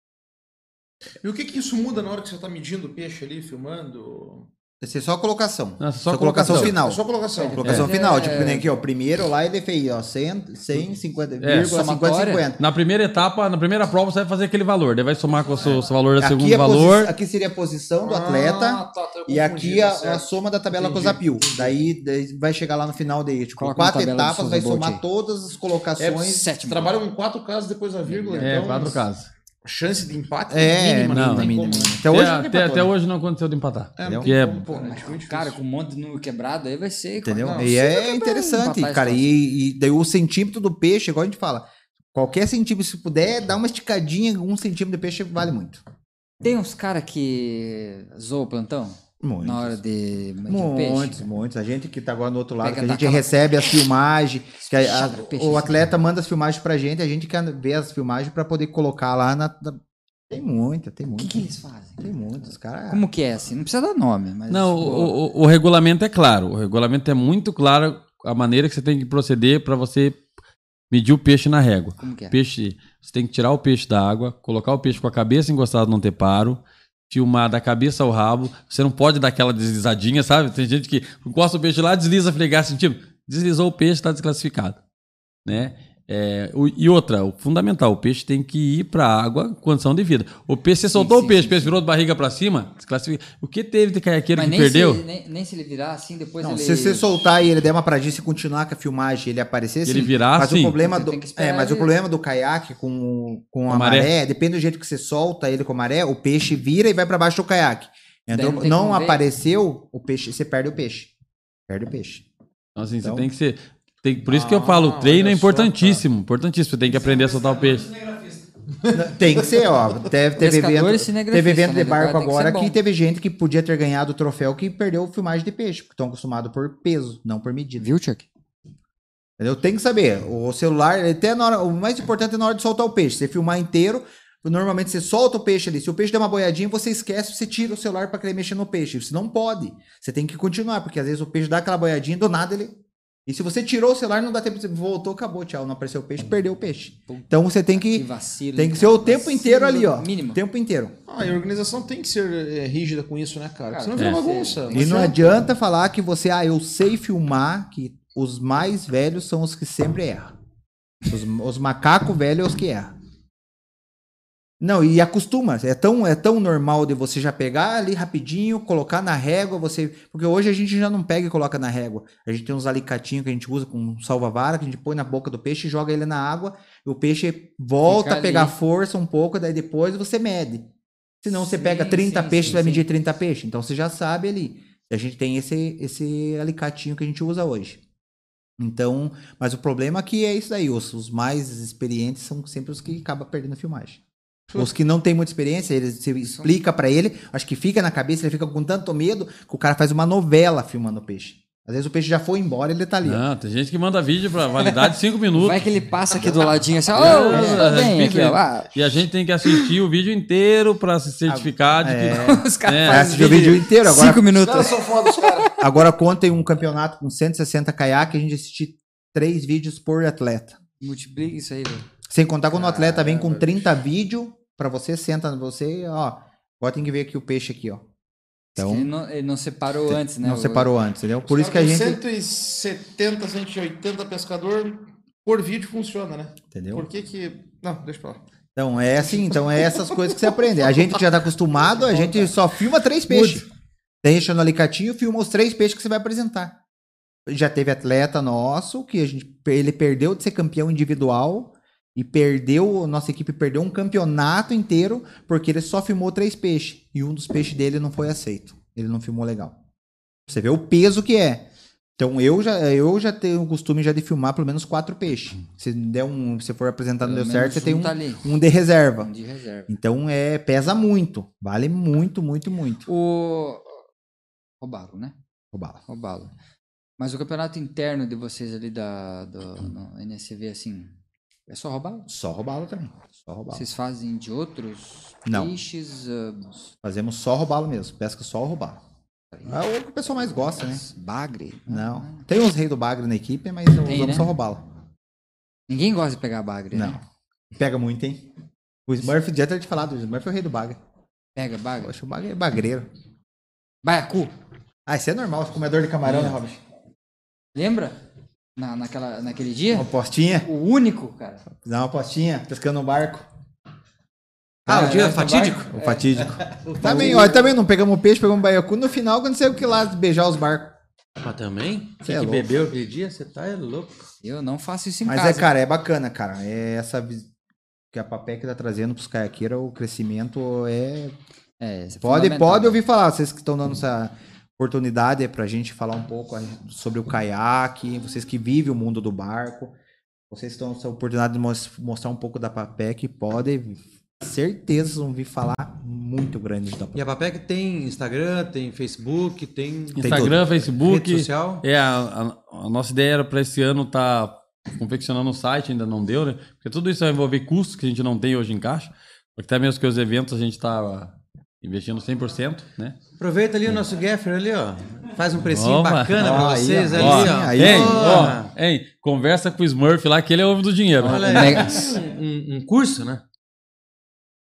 E o que que isso muda na hora que você tá medindo o peixe ali, filmando? Essa é só a colocação. Não, só só a colocação, colocação. final. É só colocação. Colocação É. final. É. Tipo, que nem aqui, ó. Primeiro lá ele fez, ó. cem, cem, cinquenta, É, vírgula, cinquenta, somatória. cinquenta. Na primeira etapa, na primeira prova, você vai fazer aquele valor. Daí vai somar com o seu, seu valor do Aqui, segundo a posi- valor. aqui seria a posição do Ah, atleta. tá, tá, eu E aqui confundi, a, tá certo. a soma da tabela Entendi, Cosapil. Daí, daí vai chegar lá no final daí. Tipo, Coloca uma quatro tabela do etapas, Souza vai Bolt somar aí. todas as É, colocações. Sétimo. trabalha com quatro casos depois da vírgula, É, então quatro casos. a chance de empate É, mínima, não, não tem mínimo, como, né? mínimo. Até hoje até, não até, empatou, até né? hoje não aconteceu de empatar. É, não Que tem é- como, pô, né? Tipo, muito Cara, difícil. com um monte de número quebrado aí vai ser. Entendeu? Não, E você é vai interessante, empatar cara. esse E, e daí o centímetro do peixe, igual a gente fala, qualquer centímetro, se puder, dar uma esticadinha, um centímetro de peixe vale muito. Tem uns caras que zoam o plantão Muitos. na hora de medir o Muitos, peixe. muitos. A gente que tá agora do outro lado, Pega que a gente daquela- recebe as filmagens, que a- a- Chama peixe, o assim. atleta manda as filmagens pra gente, a gente quer ver as filmagens pra poder colocar lá na. na- Tem muita, tem O muita. que, que eles fazem? Tem muitos, cara. Como que é assim? Não precisa dar nome, mas. Não, pô, o, o, o regulamento é claro. O regulamento é muito claro a maneira que você tem que proceder para você medir o peixe na régua. Como que é? Peixe, você tem que tirar o peixe da água, colocar o peixe com a cabeça encostada no anteparo, filmar da cabeça ao rabo. Você não pode dar aquela deslizadinha, sabe? Tem gente que encosta o peixe lá, desliza, fregar sentindo. Deslizou o peixe, está desclassificado, né? É, o, e outra, o fundamental, o peixe tem que ir para a água, condição de vida. O peixe, você Sim, soltou sim, o peixe, sim, o peixe sim. virou de barriga para cima, desclassifica. O que teve de caiaqueiro Mas que nem perdeu? se, nem, nem se ele virar assim, depois Não, ele... se você soltar e ele der uma pradinha e continuar com a filmagem, ele aparecer, Ele sim. virar, mas sim. o problema Você do tem que esperar é, mas ele- o problema do caiaque com, com a maré. maré. depende do jeito que você solta ele com a maré, o peixe vira e vai para baixo do caiaque. Entrou- Daí não tem não como ver. apareceu, o peixe, você perde o peixe. Perde o peixe. Então, assim, Então- você tem que ser. Tem, por isso que eu Ah, falo, o treino é olha só, importantíssimo. Importantíssimo. Você tem que aprender a soltar o peixe. Tem que ser, ó. Teve, teve Pescador evento, e cinegrafista, teve evento né? de barco O cara tem que agora ser que bom. teve gente que podia ter ganhado o troféu que perdeu filmagem de peixe, porque estão acostumados por peso, não por medida. Viu, Chuck? Entendeu? Tem que saber. O celular, até na hora, o mais importante é na hora de soltar o peixe. Você filmar inteiro, normalmente você solta o peixe ali. Se o peixe der uma boiadinha, você esquece, você tira o celular para querer mexer no peixe. Você não pode. Você tem que continuar, porque às vezes o peixe dá aquela boiadinha, do nada ele. E se você tirou o celular, não dá tempo, você voltou, acabou, tchau. Não apareceu o peixe, perdeu o peixe. Então você tem Que que. vacilo. Tem hein, que ser cara? o tempo Vacilo inteiro ali, ó. Mínimo. O tempo inteiro. Ah, e a organização tem que ser é, rígida com isso, né, cara? Cara, Senão vira é. bagunça. E não adianta falar que você, ah, eu sei filmar, que os mais velhos são os que sempre erram. Os, os macacos velhos é os que erram. Não, e acostuma. É tão, é tão normal de você já pegar ali rapidinho, colocar na régua, você. Porque hoje a gente já não pega e coloca na régua. A gente tem uns alicatinhos que a gente usa com um salva-vara, que a gente põe na boca do peixe, joga ele na água, e o peixe volta Fica a pegar ali. força um pouco, daí depois você mede. Senão você Sim, pega trinta sim, peixes, sim, você vai sim. medir trinta peixes. Então você já sabe ali. A gente tem esse, esse alicatinho que a gente usa hoje. Então, mas o problema aqui é isso daí. Os, os mais experientes são sempre os que acabam perdendo a filmagem. Os que não têm muita experiência, ele, você explica pra ele, acho que fica na cabeça, ele fica com tanto medo que o cara faz uma novela filmando o peixe. Às vezes o peixe já foi embora e ele tá ali. ó. Não, tem gente que manda vídeo pra validade de cinco minutos. Vai que ele passa aqui do ladinho assim, ô, É, tô bem é, aqui, ó. Ah, E a gente tem que assistir o vídeo inteiro pra se certificar de que. É, os caras É, vai fazem assistir o vídeo inteiro. Agora, cinco minutos. são foda, os caras. agora contem um campeonato com cento e sessenta caiaques, a gente assiste três vídeos por atleta. Multiplica isso aí, velho. Sem contar quando o atleta vem com trinta vídeos, pra você, senta no você, ó. Agora tem que ver aqui o peixe aqui, ó. Então, Ele não, ele não separou antes, né? não O- separou antes, entendeu? Por isso que a gente... cento e setenta, cento e oitenta pescador por vídeo funciona, né? Entendeu? Por que que... Não, deixa pra lá. Então, é assim, então é essas coisas que você aprende. A gente que já tá acostumado, a gente só filma três peixes. Deixa no alicatinho, filma os três peixes que você vai apresentar. Já teve atleta nosso que a gente, ele perdeu de ser campeão individual e perdeu, nossa equipe perdeu um campeonato inteiro porque ele só filmou três peixes e um dos peixes dele não foi aceito. Ele não filmou legal. Você vê o peso que é. Então eu já, eu já tenho o costume já de filmar pelo menos quatro peixes. Se der um, se for apresentar não Pelo deu certo, menos você tem um um, tá ali. um de reserva. Um de reserva. Então é pesa muito, vale muito, muito, muito. O... Roubalo, né? Roubala. Roubalo. Mas o campeonato interno de vocês ali da, do no N S V, assim, é só roubalo? Só roubalo também. Só roubalo. Vocês fazem de outros Não. peixes? ah, Fazemos só roubalo mesmo. Pesca só roubalo. É o que o pessoal mais gosta, né? bagre? Não. Tem uns reis do bagre na equipe, mas não Tem, usamos né? só roubalo. Ninguém gosta de pegar bagre, Não. né? Pega muito, hein? O Smurf, já ter te falado, o Smurf é o rei do bagre. Pega bagre? Poxa, o bagre é bagreiro. Baiacu. Ah, isso é normal, comedor de camarão, né, Robert? Lembra? Na, naquela, naquele dia? Uma postinha, O único, cara. dá uma postinha, pescando no barco. Ah, o dia Caraca, fatídico? O fatídico. Também, ó, também não pegamos peixe, pegamos baiacu. No final, quando saiu que lá beijar os barcos. Mas também? Cê Você é que louco. bebeu aquele dia? Você tá é louco. Eu não faço isso em Mas casa. é, cara, é bacana, cara. É essa vis- que a Papec tá trazendo pros caiaqueiros, o crescimento é. É, isso é Pode, fundamental, pode né? ouvir falar, vocês que estão dando essa oportunidade pra gente falar um pouco sobre o caiaque, vocês que vivem o mundo do barco, vocês estão essa oportunidade de mos- mostrar um pouco da Papec, podem, certeza, vão vir falar muito grande da Papec. E a Papec tem Instagram, tem Facebook, tem Instagram, Facebook. rede social. É, a, a- a nossa ideia era para esse ano estar confeccionando um site, ainda não deu, né? Porque tudo isso vai envolver custos que a gente não tem hoje em caixa. Porque até mesmo que os eventos a gente está investindo cem por cento, né? Aproveita ali o nosso Gaffer ali, ó. Faz um precinho Opa. bacana pra Ó, aí, vocês ó. ali, Ó, ó. aí, hein, Porra. ó, hein, conversa com o Smurf lá, que ele é o homem do dinheiro. Olha Mega- aí, um, um curso, né?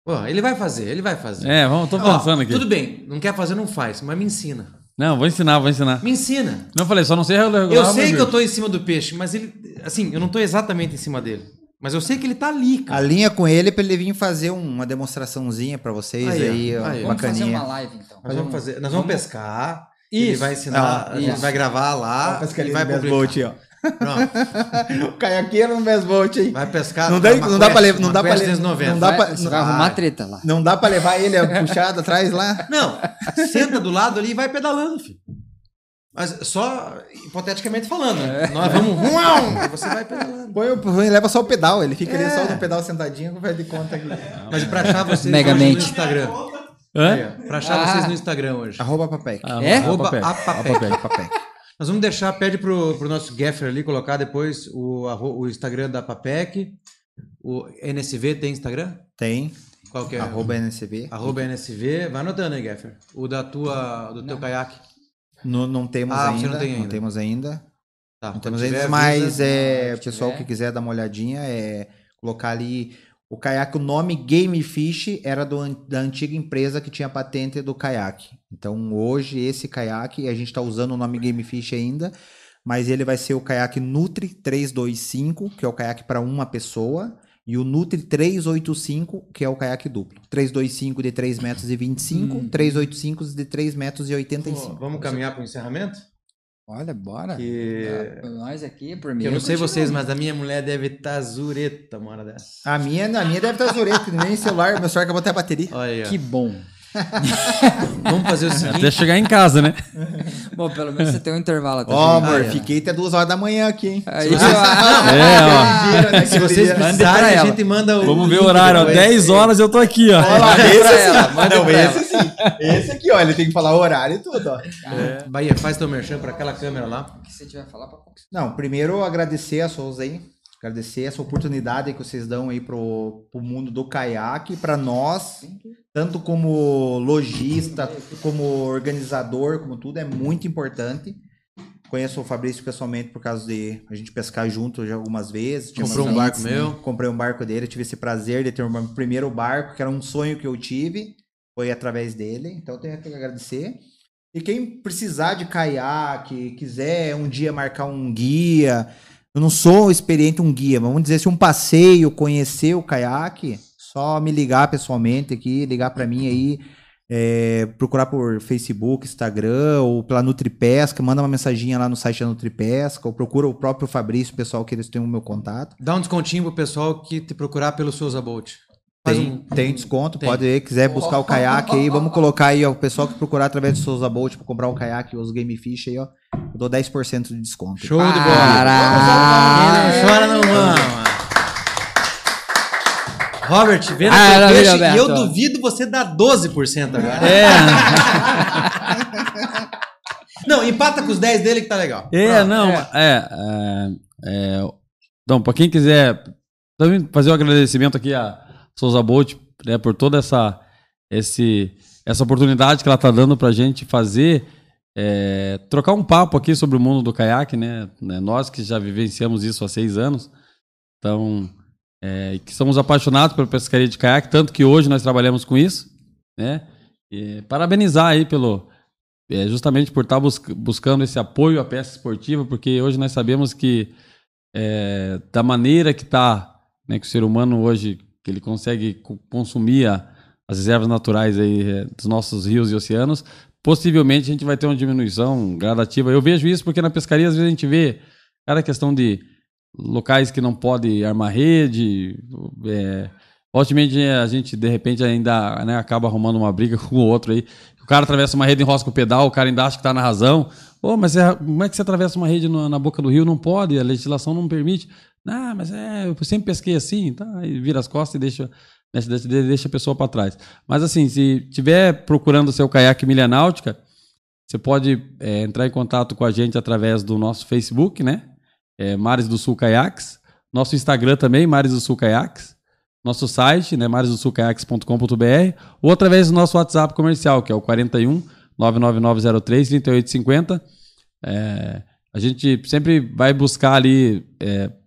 Pô, ele vai fazer, ele vai fazer. É, vamos, tô Ó, pensando aqui. Tudo bem, não quer fazer, não faz, mas me ensina. Não, vou ensinar, vou ensinar. Me ensina. Não, eu falei, só não sei regular. Eu sei meu que eu amigo. tô em cima do peixe, mas ele. Assim, eu não tô exatamente em cima dele. Mas eu sei que ele tá ali, cara. Alinha com ele pra ele vir fazer uma demonstraçãozinha pra vocês Aí, aí, ó, ó, aí, ó. Vamos fazer bacaninha. uma live, então. Nós vamos fazer. Nós vamos pescar. Ele Isso. vai ensinar, Ah, a gente isso. vai gravar lá e vai publicar. ó. Pronto. O caiaqueiro no Besbolt, hein? Vai pescar. Não dá, uma não dá pra quest, levar, não uma dá pra quest levar, desde noventa. não dá Vai, pra, você vai não, arrumar treta lá. não dá pra levar ele puxado atrás lá. Não, senta do lado ali e vai pedalando, filho. Mas só hipoteticamente falando, né? Nós vamos. Uau! Você vai pedalando. Põe, o- põe, leva só o pedal, ele fica ali É. só no pedal sentadinho, faz de conta aqui. Mas pra achar vocês Megamente. hoje no Instagram. Hã? Aí, ó, pra achar Ah. vocês no Instagram hoje. Arroba Papec. Ah, É? Arroba Papec. apapec. Papec. Nós vamos deixar, pede pro, pro nosso Gaffer ali colocar depois o, arro- o Instagram da Papec. O N S V tem Instagram? Tem, Qual que é? arroba N S B. Arroba N S V. Vai anotando aí, Gaffer. O da tua, do teu caiaque. No, não temos Ah, você ainda, não tem ainda. temos ainda. Tá, Não quando temos tiver, ainda, mas avisa. é, o se pessoal tiver. que quiser dar uma olhadinha, é colocar ali o caiaque, o nome Game Fish era do, an- da antiga empresa que tinha patente do caiaque. Então hoje esse caiaque, a gente está usando o nome Game Fish ainda, mas ele vai ser o caiaque Nutri trezentos e vinte e cinco, que é o caiaque para uma pessoa, e o Nutri trezentos e oitenta e cinco, que é o caiaque duplo. trezentos e vinte e cinco de três metros e vinte e cinco, Hum. trezentos e oitenta e cinco de três metros e oitenta e Pô, cinco. vamos caminhar para o encerramento? Olha, bora. Que- Ah, Nós aqui, por mim. Que eu não sei continuo. vocês, mas a minha mulher deve estar zureta uma hora dessa. A minha, a minha deve estar zureta, nem celular, meu celular acabou até a bateria. Olha aí, ó. Que bom. Vamos fazer o seguinte. Até chegar em casa, né? Bom, pelo menos você tem um intervalo até. Ó, chegar. amor, Ah, é. fiquei até duas horas da manhã aqui, hein? Aí, vocês- ó. É, ó. Se vocês Mande pra precisarem, a ela. gente manda o. Vamos ver link o horário, ó. depois. dez horas eu tô aqui, ó. Olha lá, Manda esse pra ela, sim. manda Não, pra esse sim. Esse aqui, ó, ele tem que falar o horário e tudo, ó. É. Bahia, faz teu merchan para aquela câmera lá. O que você tiver a falar pra conquistar. Não, primeiro agradecer a Souza aí, agradecer essa oportunidade que vocês dão aí pro, pro mundo do caiaque, para nós, tanto como lojista, como organizador, como tudo, é muito importante. Conheço o Fabrício pessoalmente por causa de a gente pescar junto já algumas vezes. Tinha Comprou umas um barco amizades, meu. né? Comprei um barco dele, eu tive esse prazer de ter o meu primeiro barco, que era um sonho que eu tive, foi através dele, então eu tenho que agradecer. E quem precisar de caiaque, quiser um dia marcar um guia, eu não sou experiente um guia, mas vamos dizer se um passeio, conhecer o caiaque, só me ligar pessoalmente aqui, ligar para mim aí, é, procurar por Facebook, Instagram ou pela Nutripesca, manda uma mensaginha lá no site da Nutripesca, ou procura o próprio Fabrício, pessoal, que eles têm o meu contato. Dá um descontinho pro pessoal que te procurar pelo Souza Bolt. Faz Tem, um- tem desconto, Tem. pode ir, quiser buscar o caiaque aí, vamos colocar aí, ó, o pessoal que procurar através do Souza Bolt para comprar um caiaque, os Game Fish aí, ó, eu dou dez por cento de desconto. Show de bola. Caralho. Quem não chora não mama. Robert, vendo Ah, teu não, peixe, Roberto. e eu duvido você dar doze por cento agora. É, Não, empata com os dez dele que tá legal. é, Pronto. não, é, é, é, então, para quem quiser também fazer um agradecimento aqui a Souza Bolt, né, por toda essa, esse, essa oportunidade que ela tá dando pra gente fazer, é, trocar um papo aqui sobre o mundo do caiaque, né, né, nós que já vivenciamos isso há seis anos, então, é, e que somos apaixonados pela pescaria de caiaque, tanto que hoje nós trabalhamos com isso, né, e parabenizar aí pelo, é, justamente por estar busc- buscando esse apoio à pesca esportiva, porque hoje nós sabemos que é, da maneira que está, né, que o ser humano hoje, que ele consegue co- consumir a- as reservas naturais aí, é, dos nossos rios e oceanos, possivelmente a gente vai ter uma diminuição gradativa. Eu vejo isso porque na pescaria às vezes a gente vê cada questão de locais que não pode armar rede, é, ultimamente a gente de repente ainda, né, acaba arrumando uma briga com o outro aí. O cara atravessa uma rede, enrosca o pedal, o cara ainda acha que está na razão. Ô, mas é- como é que você atravessa uma rede no- na boca do rio? Não pode, a legislação não permite. Ah, mas é, eu sempre pesquei assim, tá? Aí vira as costas e deixa, deixa, deixa, deixa a pessoa para trás. Mas assim, se tiver procurando o seu caiaque milha náutica, você pode é, entrar em contato com a gente através do nosso Facebook, né? É, Mares do Sul Caiaques. Nosso Instagram também, Mares do Sul Caiaques. Nosso site, né, mares do sul caiaques ponto com ponto b r, ou através do nosso WhatsApp comercial, que é o quarenta e um, nove nove nove zero três, trinta e oito cinquenta. É, a gente sempre vai buscar ali é,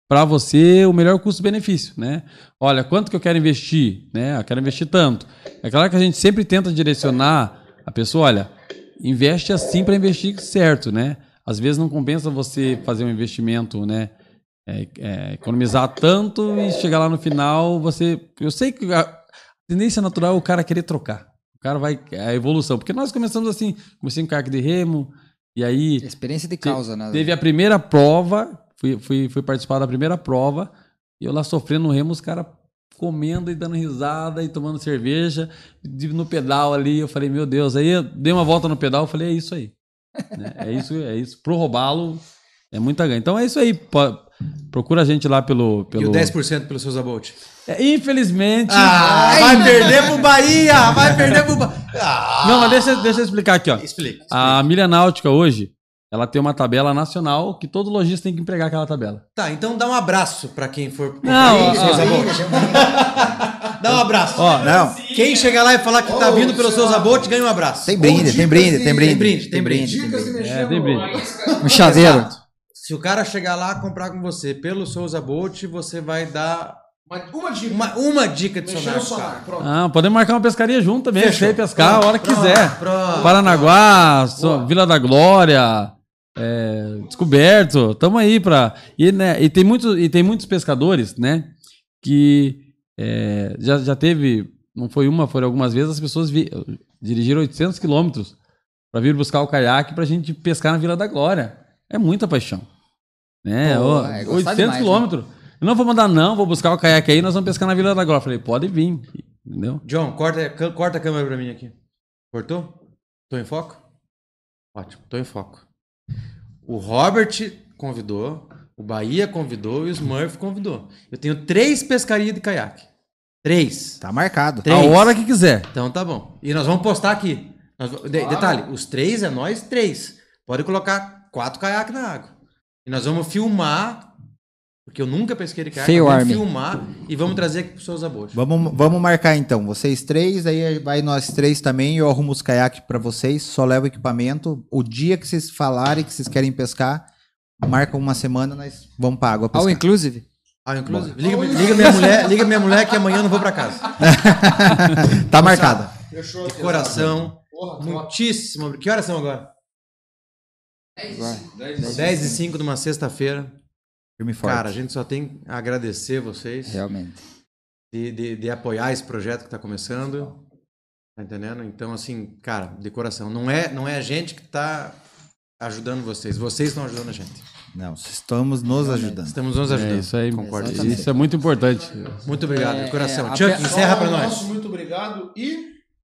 para você o melhor custo-benefício, né? Olha, quanto que eu quero investir, né? Eu quero investir tanto. É claro que a gente sempre tenta direcionar a pessoa, olha, investe assim para investir certo, né? Às vezes não compensa você fazer um investimento, né? É, é, economizar tanto e chegar lá no final, você... Eu sei que a tendência natural é o cara querer trocar. O cara vai... É a evolução. Porque nós começamos assim, comecei com caiaque de remo, e aí... Experiência de causa, né? Teve a primeira prova, fui, fui, fui participar da primeira prova, e eu lá sofrendo no remo, os caras comendo e dando risada e tomando cerveja, no pedal ali, eu falei, meu Deus, aí eu dei uma volta no pedal, eu falei, é isso aí. Né? É isso, é isso. Pro roubá-lo, é muita ganha. Então é isso aí, pô, procura a gente lá pelo... pelo... E o dez por cento pelo Souza Bolt? É, infelizmente... Ah, vai perder pro Bahia! Vai perder pro Bahia! Ah. Não, mas deixa, deixa eu explicar aqui, ó. Explica, explica. A Milha Náutica hoje, ela tem uma tabela nacional que todo lojista tem que empregar aquela tabela. Tá, então dá um abraço pra quem for... Não, ó, Souza ó. Bolt. Dá um abraço. Ó, Não, Quem chegar lá e falar que tá vindo pelo Souza Bolt, ganha um abraço. tem brinde, tem brinde, tem brinde. Tem brinde, tem brinde. tem brinde. é, tem brinde. Um chaveiro. Exato. Se o cara chegar lá comprar com você pelo Souza Bolt, você vai dar Uma, uma dica. uma, uma dica de Mexer no sonar, sonar. cara. Pronto. Ah, podemos marcar uma pescaria junto também. Fechou. Você pescar a hora que Pronto, quiser. pronto. Paranaguá, So- Vila da Glória, é, Descoberto. Tamo aí pra... E, né, e, tem muitos, e tem muitos pescadores, né? Que é, já, já teve... Não foi uma, foram algumas vezes. As pessoas vi, dirigiram oitocentos quilômetros para vir buscar o caiaque pra gente pescar na Vila da Glória. É muita paixão. Né? Pô, Ó, é, gostar oitocentos demais, quilômetros. Eu não vou mandar não, vou buscar o caiaque aí, nós vamos pescar na Vila da Glória. Falei, pode vir. Entendeu? John, corta, c- corta a câmera pra mim aqui. Cortou? Tô em foco? Ótimo, tô em foco. O Robert convidou, o Bahia convidou e o Smurf convidou. Eu tenho três pescarias de caiaque. Três. Tá marcado. Três. A hora que quiser. Então tá bom. E nós vamos postar aqui. Nós v- de- Detalhe, os três é nós três. Pode colocar quatro caiaques na água. E nós vamos filmar, porque eu nunca pesquei de caiaque. Feio nós vamos Army. filmar e vamos trazer aqui pro Souza Bolt. Vamos, vamos marcar então. Vocês três, aí vai nós três também. Eu arrumo os caiaques pra vocês. Só levo o equipamento. O dia que vocês falarem que vocês querem pescar, marca uma semana, nós vamos pra água All pescar. inclusive? Ah, inclusive. Liga, liga minha mulher, liga minha mulher que amanhã eu não vou pra casa. Tá marcado. Fechou. De coração. Porra, top. Muitíssimo. obri- Que horas são agora? Vai. dez e cinco de uma sexta-feira. Firme e forte. Cara, a gente só tem a agradecer vocês Realmente. de, de, de apoiar esse projeto que tá começando. Tá entendendo? Então, assim, cara, de coração. Não é, não é a gente que tá ajudando vocês. Vocês estão ajudando a gente. Não, estamos nos ajudando. Estamos nos ajudando. É isso aí. Concordo. Exatamente. Isso é muito importante. Muito obrigado, É, de coração. é, a Chuck, pe- encerra pra nós. Nosso muito obrigado e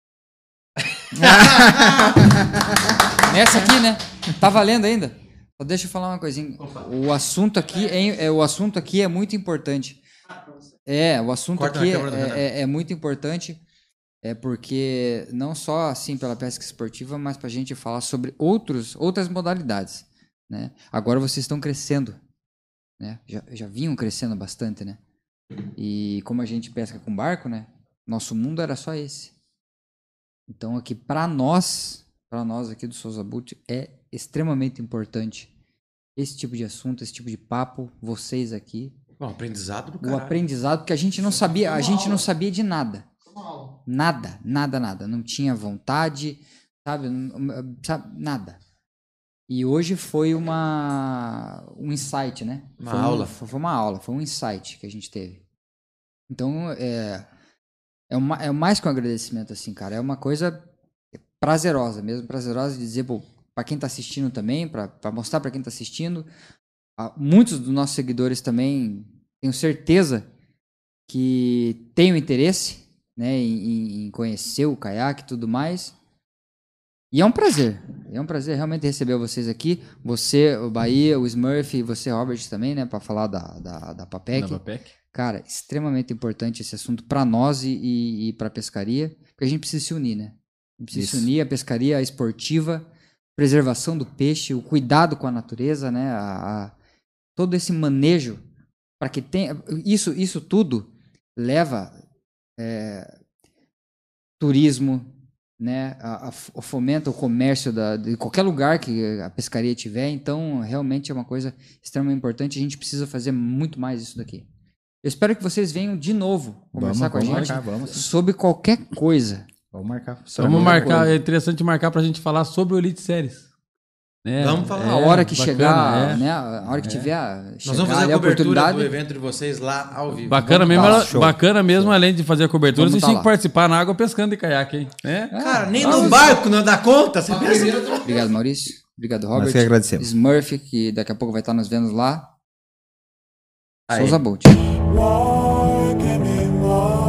Nessa aqui, né? Tá valendo ainda? Só deixa eu falar uma coisinha. O assunto aqui é, é- o assunto aqui é muito importante. É, o assunto Corta aqui na câmera do é, Renan. é- é muito importante. É porque não só assim pela pesca esportiva, mas para a gente falar sobre outros, outras modalidades, né? Agora vocês estão crescendo, né? Já, já vinham crescendo bastante, né? E como a gente pesca com barco, né? Nosso mundo era só esse. Então aqui para nós, para nós aqui do Souza Bolt é extremamente importante esse tipo de assunto, esse tipo de papo, vocês aqui, Bom, aprendizado do o caralho. aprendizado, porque a gente não sabia, a gente não sabia de nada. Nada, nada, nada. Não tinha vontade, sabe? Não- sabe? Nada. E hoje foi uma um insight, né? Uma foi aula. Foi, foi uma aula, foi um insight que a gente teve. Então, é, é, uma, é mais que um agradecimento, assim, cara. É uma coisa prazerosa mesmo, prazerosa de dizer, pô, pra quem tá assistindo também, pra, pra mostrar pra quem tá assistindo. Ah, muitos dos nossos seguidores também, tenho certeza que têm o interesse, né, em, em- em conhecer o caiaque e tudo mais. E é um prazer, é um prazer realmente receber vocês aqui. Você, o Bahia, o Smurf e você, Robert, também, né, para falar da, da, da Papec. Da Papec. Cara, extremamente importante esse assunto para nós e, e, e para pescaria, porque a gente precisa se unir, né? A gente precisa Isso. se unir, a pescaria, a esportiva, preservação do peixe, o cuidado com a natureza, né? A, a- todo esse manejo para que tenha isso, isso tudo leva é, turismo, né, a, a, o fomenta o comércio da, de qualquer lugar que a pescaria tiver. Então, realmente é uma coisa extremamente importante. A gente precisa fazer muito mais isso daqui. Eu espero que vocês venham de novo conversar Vamos, com a vamos gente marcar, vamos sim. sobre qualquer coisa. Vamos marcar. Vamos marcar, é interessante marcar pra gente falar sobre o Elite Series. Né? Vamos falar. É, a hora que bacana, chegar, é. né, a hora que tiver a, Nós chegar vamos fazer ali a a cobertura oportunidade. do evento de vocês lá ao vivo. Bacana Vamos mesmo, tá lá, ela- show. bacana mesmo, além de fazer a cobertura, Vamos vocês tá tinham lá. que participar na água pescando de caiaque, hein? É? Cara, nem no barco não dá conta. Você pensa? Obrigado, Maurício. Obrigado, Robert. Nós que agradecemos. Smurf, que daqui a pouco vai estar nos vendo lá. Aí. Souza Bolt. Walking in love.